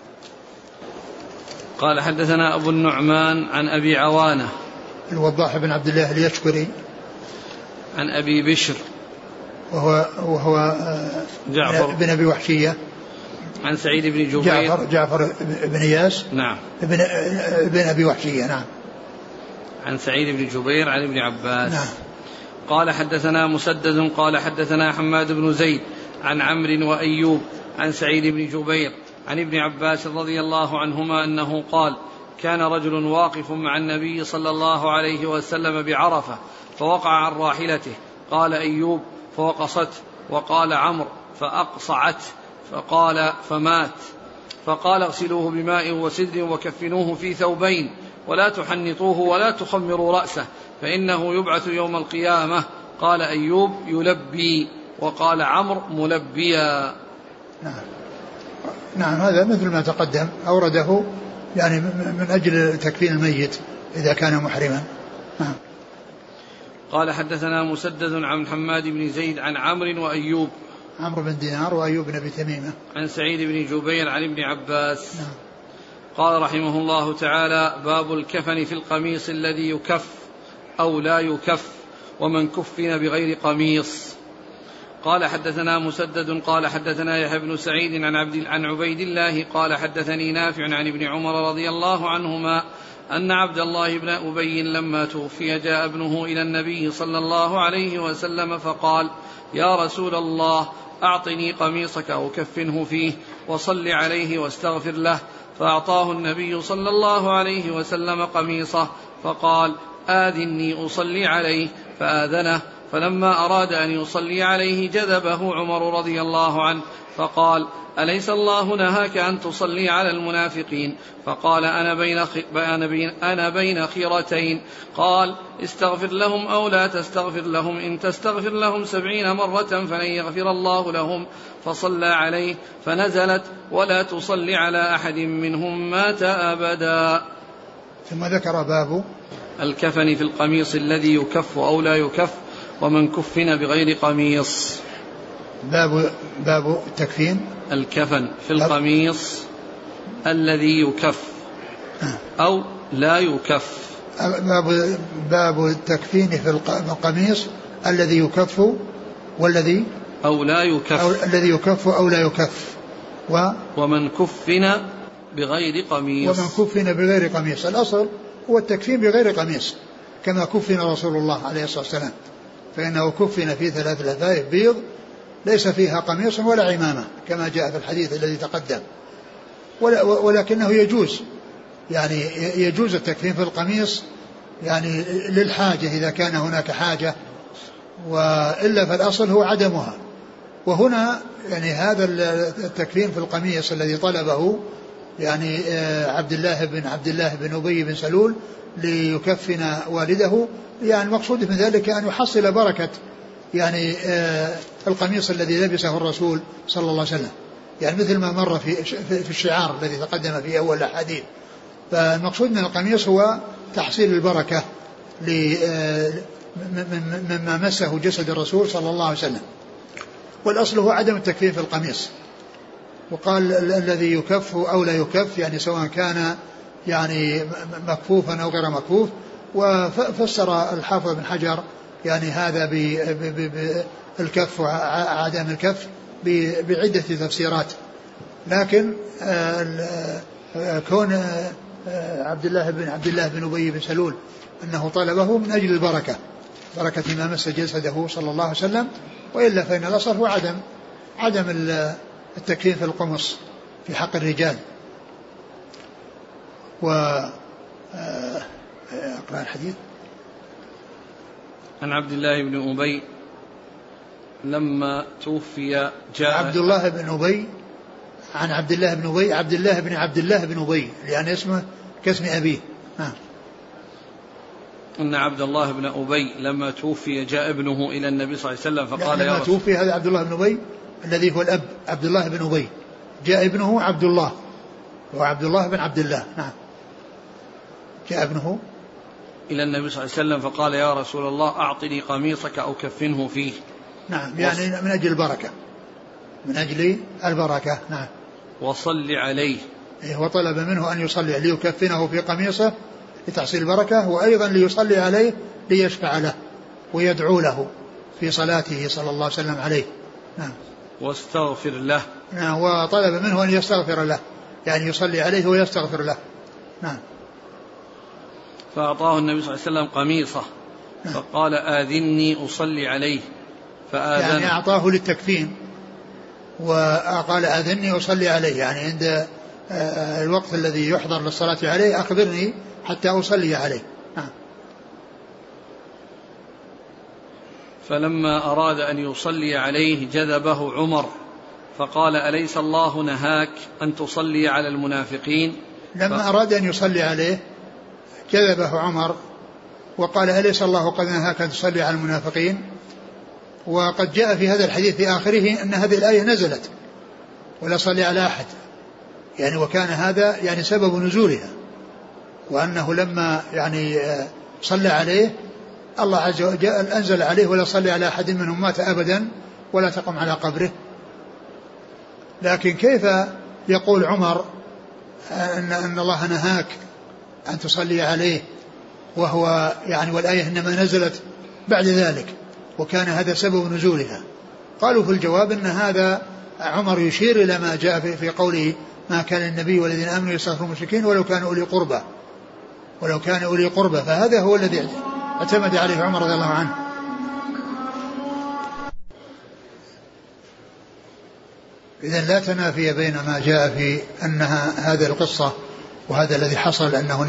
قال حدثنا أبو النعمان عن أبي عوانة الوضاح بن عبد الله اليشكري عن أبي بشر وهو جعفر بن أبي وحشية عن سعيد بن جبير جعفر بن إياس نعم بن أبي وحشية نعم عن سعيد بن جبير عن ابن عباس نعم. قال حدثنا مسدد قال حدثنا حماد بن زيد عن عمرو وأيوب عن سعيد بن جبير عن ابن عباس رضي الله عنهما أنه قال كان رجل واقف مع النبي صلى الله عليه وسلم بعرفة فوقع عن راحلته، قال أيوب فوقصته، وقال عمرو فأقصعت، فقال فمات، فقال اغسلوه بماء وسدر وكفنوه في ثوبين ولا تحنطوه ولا تخمروا رأسه فإنه يبعث يوم القيامة. قال أيوب يلبي، وقال عمرو ملبيا. نعم هذا مثل ما تقدم أورده يعني من أجل تكفين الميت إذا كان محرما. قال حدثنا مسدد عن حماد بن زيد عن عمرو وأيوب عمرو بن دينار وأيوب بن أبي تميمة عن سعيد بن جبير عن ابن عباس. قال رحمه الله تعالى باب الكفن في القميص الذي يكف أو لا يكف ومن كفن بغير قميص. قال حدثنا مسدد قال حدثنا يحيى بن سعيد عن عبيد الله قال حدثني نافع عن ابن عمر رضي الله عنهما أن عبد الله بن أبي لما توفي جاء ابنه إلى النبي صلى الله عليه وسلم فقال يا رسول الله أعطني قميصك أكفنه فيه وصل عليه واستغفر له، فأعطاه النبي صلى الله عليه وسلم قميصه فقال آذني أصلي عليه، فآذنه، فلما أراد أن يصلي عليه جذبه عمر رضي الله عنه فقال أليس الله نهاك أن تصلي على المنافقين؟ فقال أنا بين خيرتين، قال استغفر لهم أو لا تستغفر لهم، إن تستغفر لهم 70 مرة فلن يغفر الله لهم، فصلى عليه فنزلت ولا تصلي على أحد منهم مات أبدا. ثم ذكر باب الكفن في القميص الذي يكف أو لا يكف ومن كفن بغير قميص. باب التكفين، الكفن في القميص الذي يكف أو لا يكف. باب التكفين في القميص الذي يكف والذي أو لا يكف، أو الذي يكف أو لا يكف. ومن كفن بغير قميص. ومن كفن بغير قميص، الأصل هو التكفين بغير قميص كما كفن رسول الله عليه الصلاة والسلام، فإنه كفن في 3 لفائف بيض ليس فيها قميص ولا عمامة كما جاء في الحديث الذي تقدم. ولكنه يجوز، يعني يجوز التكفين في القميص يعني للحاجة إذا كان هناك حاجة، وإلا فالأصل هو عدمها. وهنا يعني هذا التكفين في القميص الذي طلبه يعني عبد الله بن أبي بن سلول ليكفن والده، يعني المقصود من ذلك أن يحصل بركة يعني القميص الذي لبسه الرسول صلى الله عليه وسلم، يعني مثل ما مر في الشعار الذي تقدم في أول الحديث. فالمقصود من القميص هو تحصيل البركة مما مسه جسد الرسول صلى الله عليه وسلم، والأصل هو عدم التكفين في القميص. وقال الذي يكف أو لا يكف، يعني سواء كان يعني مكفوفا أو غير مكفوف. وفسر الحافظ بن حجر يعني هذا بالكف وعدم الكف بعدة تفسيرات، لكن كون عبد الله بن أبي بن سلول أنه طلبه من أجل البركة، بركة ما مس جسده صلى الله عليه وسلم، وإلا فإن الأصل هو عدم التكفين في القمص في حق الرجال. أقرأ الحديث. عن عبد الله بن أبي لما توفي جاء عبد الله بن أبي عن عبد الله بن أبي، عبد الله بن أبي لأن اسمه كاسم أبيه. أن عبد الله بن أبي لما توفي جاء ابنه إلى النبي صلى الله عليه وسلم فقال يا لما رسول. توفي هذا عبد الله بن أبي الذي هو الأب عبد الله بن أبي، جاء ابنه عبد الله وعبد الله بن عبد الله. نعم، جاء ابنه إلى النبي صلى الله عليه وسلم فقال يا رسول الله أعطني قميصك أو كفنه فيه. نعم، يعني من أجل البركة، من أجل البركة. نعم، وصل عليه، وطلب منه أن يصلي ليكفنه في قميصه لتحصيل البركة، وأيضا ليصلي عليه ليشفع له ويدعو له في صلاته صلى الله عليه وسلم عليه. نعم، واستغفر له. نعم، وطلب منه أن يستغفر له، يعني يصلي عليه ويستغفر له. نعم. فأعطاه النبي صلى الله عليه وسلم قميصه. نعم. فقال آذني أصلي عليه فآذن، يعني أعطاه للتكفين وقال آذني أصلي عليه، يعني عند الوقت الذي يحضر للصلاة عليه أخبرني حتى أصلي عليه. فلما أراد أن يصلي عليه جذبه عمر فقال أليس الله نهاك أن تصلي على المنافقين؟ لما أراد أن يصلي عليه جذبه عمر وقال أليس الله قد نهاك أن تصلي على المنافقين؟ وقد جاء في هذا الحديث في آخره أن هذه الآية نزلت ولا صلي على أحد، يعني وكان هذا يعني سبب نزولها، وأنه لما يعني صلى عليه الله عز وجل أنزل عليه ولا صلي على أحد منهم مات أبدا ولا تقم على قبره. لكن كيف يقول عمر أن الله نهاك أن تصلي عليه وهو يعني والآية إنما نزلت بعد ذلك وكان هذا سبب نزولها؟ قالوا في الجواب أن هذا عمر يشير إلى ما جاء في قوله ما كان النبي والذين آمنوا يستغفرون المشركين ولو كانوا أولي قربى، فهذا هو الذي اعتمد عليه عمر رضي الله عنه. إذن لا تنافي بين ما جاء في أنها هذه القصة وهذا الذي حصل أنه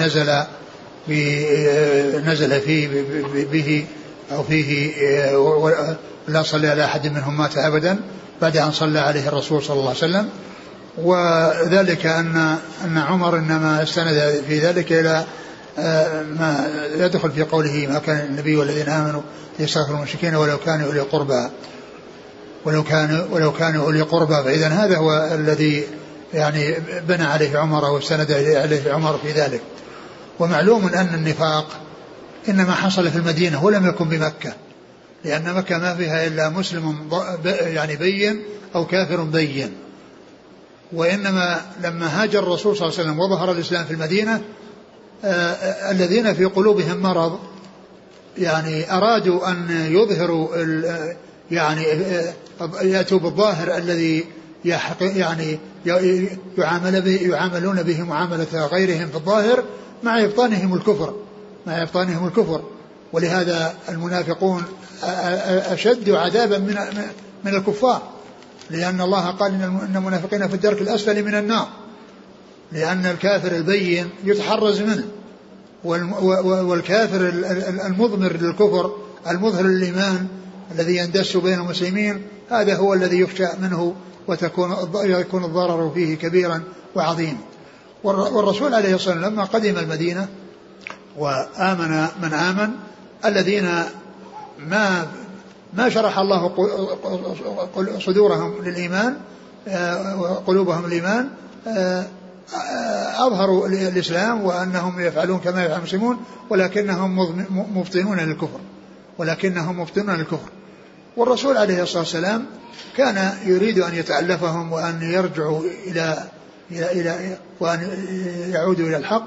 نزل فيه به أو فيه لا صلى على أحد منهم مات أبدا بعد أن صلى عليه الرسول صلى الله عليه وسلم. وذلك أن عمر إنما استند في ذلك إلى ما يدخل في قوله ما كان النبي والذين آمنوا يستغفرون المشركين ولو كانوا أولي قربى فإذا هذا هو الذي يعني بنى عليه عمر واستند عليه عمر في ذلك. ومعلوم أن النفاق إنما حصل في المدينة ولم يكن بمكة، لأن مكة ما فيها إلا مسلم يعني بين أو كافر بين. وإنما لما هاجر الرسول صلى الله عليه وسلم وظهر الإسلام في المدينة الذين في قلوبهم مرض يعني أرادوا أن يظهروا يعني يأتوا بالظاهر الذي يعني يعاملون به معاملة غيرهم في الظاهر مع إبطانهم الكفر. ولهذا المنافقون أشد عذابا من الكفار، لأن الله قال إن المنافقين في الدرك الأسفل من النار، لأن الكافر البين يتحرز منه، والكافر المضمر للكفر المظهر للإيمان الذي يندس بين المسلمين هذا هو الذي يخشى منه ويكون الضرر فيه كبيرا وعظيم. والرسول عليه الصلاة والسلام لما قدم المدينة وآمن من آمن الذين ما شرح الله صدورهم للإيمان وقلوبهم الإيمان أظهروا الإسلام وأنهم يفعلون كما يفعل المسلمون ولكنهم مبطنون للكفر. والرسول عليه الصلاة والسلام كان يريد أن يتألفهم وأن يرجعوا إلى وأن يعودوا إلى الحق.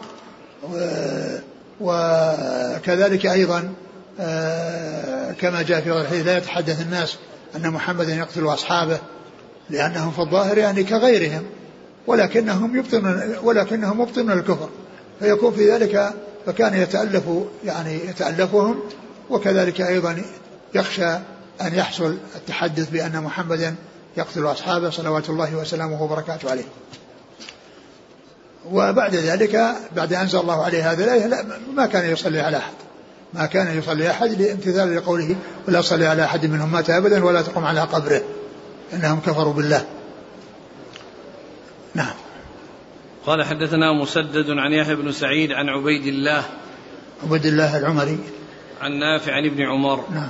وكذلك أيضا كما جاء في الحديث لا يتحدث الناس أن محمدا يقتل أصحابه لأنهم في الظاهر يعني كغيرهم ولكنهم مبطنون الكفر، فيكون في ذلك فكان يتألفهم. وكذلك أيضا يخشى أن يحصل التحدث بأن محمدا يقتل أصحابه صلوات الله وسلامه وبركاته عليه. وبعد ذلك بعد أنزل الله عليه هذا الآية ما كان يصلي أحد لامتثال لقوله ولا صلي على أحد منهم مات أبدا ولا تقم على قبره إنهم كفروا بالله. نعم. قال حدثنا مسدد عن يحيى بن سعيد عن عبيد الله العمري عن نافع عن ابن عمر. نعم.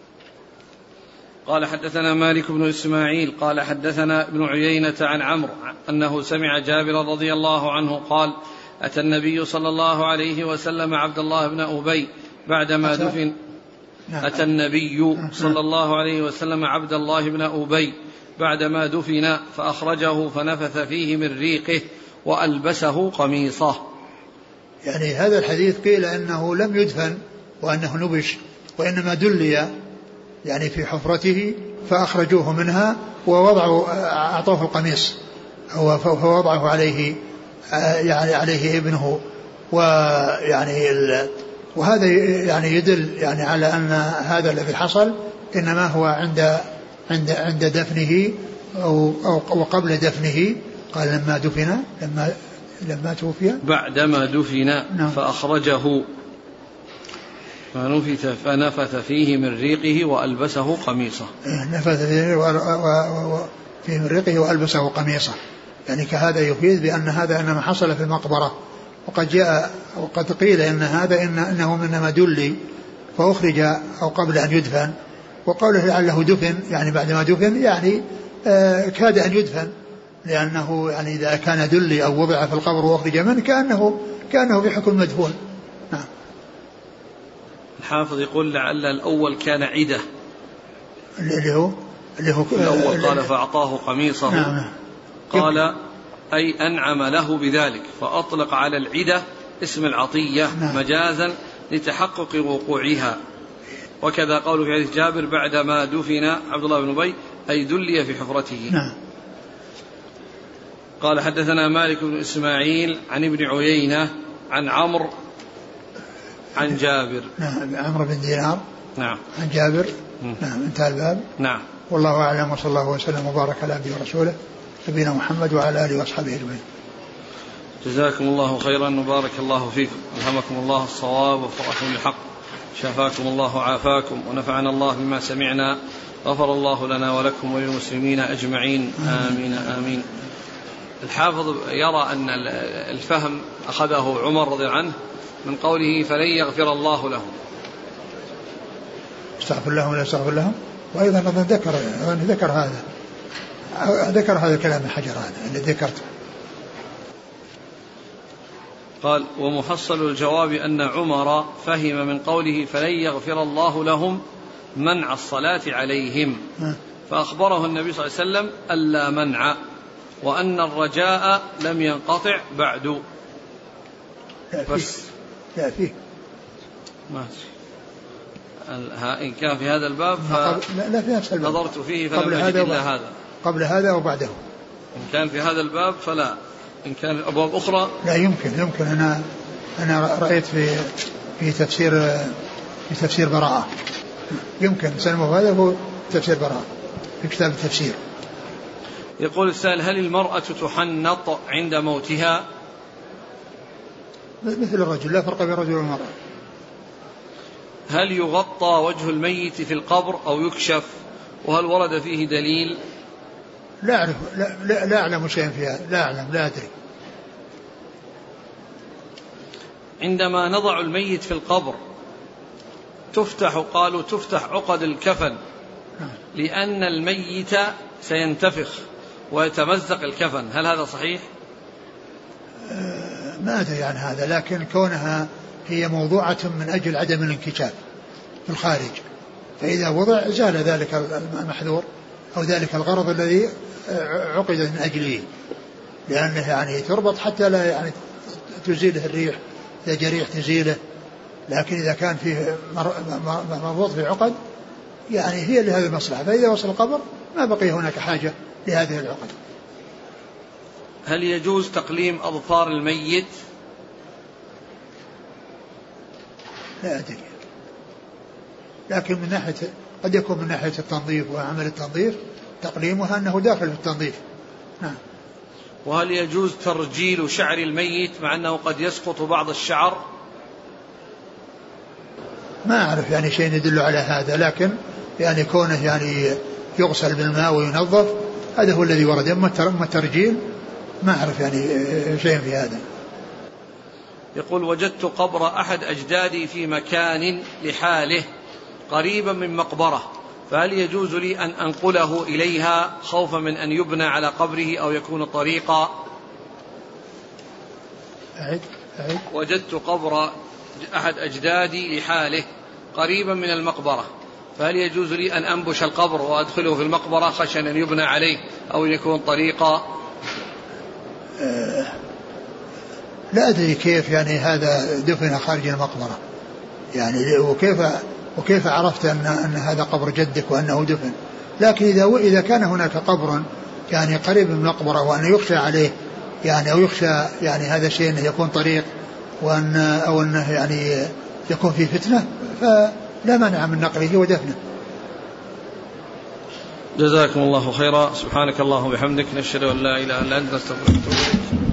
قال حدثنا مالك بن إسماعيل قال حدثنا ابن عيينة عن عمرو أنه سمع جابر رضي الله عنه قال أتى النبي صلى الله عليه وسلم عبد الله بن أبي بعدما دفن. أتى النبي صلى الله عليه وسلم عبد الله بن أبي بعدما دفن فأخرجه فنفث فيه من ريقه وألبسه قميصه. يعني هذا الحديث قيل أنه لم يدفن وأنه نبش وإنما دلي يعني في حفرته فأخرجوه منها ووضعوا أعطوه القميص فوضعه عليه يعني عليه ابنه. وهذا يعني يدل يعني على أن هذا الذي حصل إنما هو عند دفنه أو قبل دفنه. قال لما توفي بعدما دفن. نعم. فأخرجه فنفث فيه من ريقه وألبسه قميصه. نفث فيه من ريقه وألبسه قميصه، يعني كهذا يفيد بأن هذا إنما حصل في المقبرة. وقد قيل إن هذا إنه إنما دلي فأخرج أو قبل أن يدفن. وقوله لعله دفن يعني بعدما دفن يعني كاد أن يدفن، لأنه يعني إذا كان دلي أو وضع في القبر وأخرج منه كأنه في حكم مدفون. نعم. الحافظ يقول لعل الأول كان عدة اللي هو الأول قال فأعطاه قميصه. نعم. قال أي أنعم له بذلك فأطلق على العدة اسم العطية. نعم. مجازا لتحقق وقوعها. وكذا قوله في حديث جابر بعدما دفن عبد الله بن أبي أي دلي في حفرته. نعم. قال حدثنا مالك بن إسماعيل عن ابن عيينة عن عمرو عن جابر. نعم. عمرو بن دينار. نعم. عن جابر. نعم. انتهى الباب. نعم. والله أعلم وصلى الله وسلم وبارك على عبده ورسوله نبينا محمد وعلى آله وأصحابه أجمعين. جزاكم الله خيرا وبارك الله فيكم. ألهمكم الله الصواب وفرحكم بالحق. شفاكم الله وعافاكم ونفعنا الله بما سمعنا. غفر الله لنا ولكم وللمسلمين أجمعين. آمين آمين. الحافظ يرى أن الفهم أخذه عمر رضي الله عنه من قوله فلن يغفر الله لهم. استغفر لهم ولا استغفر لهم. وأيضا ذكر هذا الكلام الحجر هذا اللي ذكرته. قال ومحصل الجواب أن عمر فهم من قوله فلن يغفر الله لهم منع الصلاة عليهم، فأخبره النبي صلى الله عليه وسلم ألا منع، وأن الرجاء لم ينقطع بعد. لا فيه ماشي. إن كان في هذا الباب لا في نفس الباب نظرت فيه فلم أجد إلا هذا. قبل هذا وبعده. إن كان في هذا الباب فلا، إن كان أبواب أخرى لا يمكن. أنا رأيت في تفسير براءة، يمكن سلمه هذا هو تفسير براءة في كتاب التفسير. يقول السائل: هل المرأة تحنط عند موتها؟ مثل الرجل، لا فرق بين الرجل والمرأة. هل يغطى وجه الميت في القبر أو يكشف؟ وهل ورد فيه دليل؟ لا أعرف، لا أعلم شيئا فيها، لا أدري. عندما نضع الميت في القبر قالوا تفتح عقد الكفن لأن الميت سينتفخ ويتمزق الكفن، هل هذا صحيح؟ ما أدري عن هذا، لكن كونها هي موضوعة من أجل عدم الانكشاف في الخارج، فإذا وضع زال ذلك المحذور أو ذلك الغرض الذي عقد من أجله، لأنه يعني تربط حتى لا يعني تزيله الريح، إذا جريح تزيله، لكن إذا كان فيه مربوط في عقد يعني هي لهذه المصلحة، فإذا وصل القبر ما بقي هناك حاجة لهذه العقد. هل يجوز تقليم أظفار الميت؟ لا أدري، لكن من ناحية قد يكون من ناحية التنظيف وعمل التنظيف تقليمها أنه داخل في التنظيف. نعم. وهل يجوز ترجيل شعر الميت مع أنه قد يسقط بعض الشعر؟ ما أعرف يعني شيء يدل على هذا، لكن يعني كونه يعني يغسل بالماء وينظف هذا هو الذي ورد. أما الترجيل ما أعرف يعني شيء في هذا. يقول: وجدت قبر أحد أجدادي في مكان لحاله قريبا من مقبرة، فهل يجوز لي أن أنقله إليها خوفا من أن يبنى على قبره أو يكون طريقا؟ وجدت قبر أحد أجدادي لحاله قريبا من المقبرة، فهل يجوز لي أن أنبش القبر وأدخله في المقبرة خشيا أن يبنى عليه أو يكون طريقا؟ لا أدري كيف يعني هذا دفن خارج المقبرة يعني، وكيف عرفت أن هذا قبر جدك وأنه دفن. لكن إذا كان هناك قبر يعني قريب من المقبرة وأن يخشى عليه يعني أو يخشى يعني هذا الشيء أنه يكون طريق أو أنه يعني يكون فيه فتنة، فلا مانع من نقله ودفنه. جزاكم الله خيرا. سبحانك اللهم وبحمدك، نشهد أن لا إله إلا أنت، نستغفرك.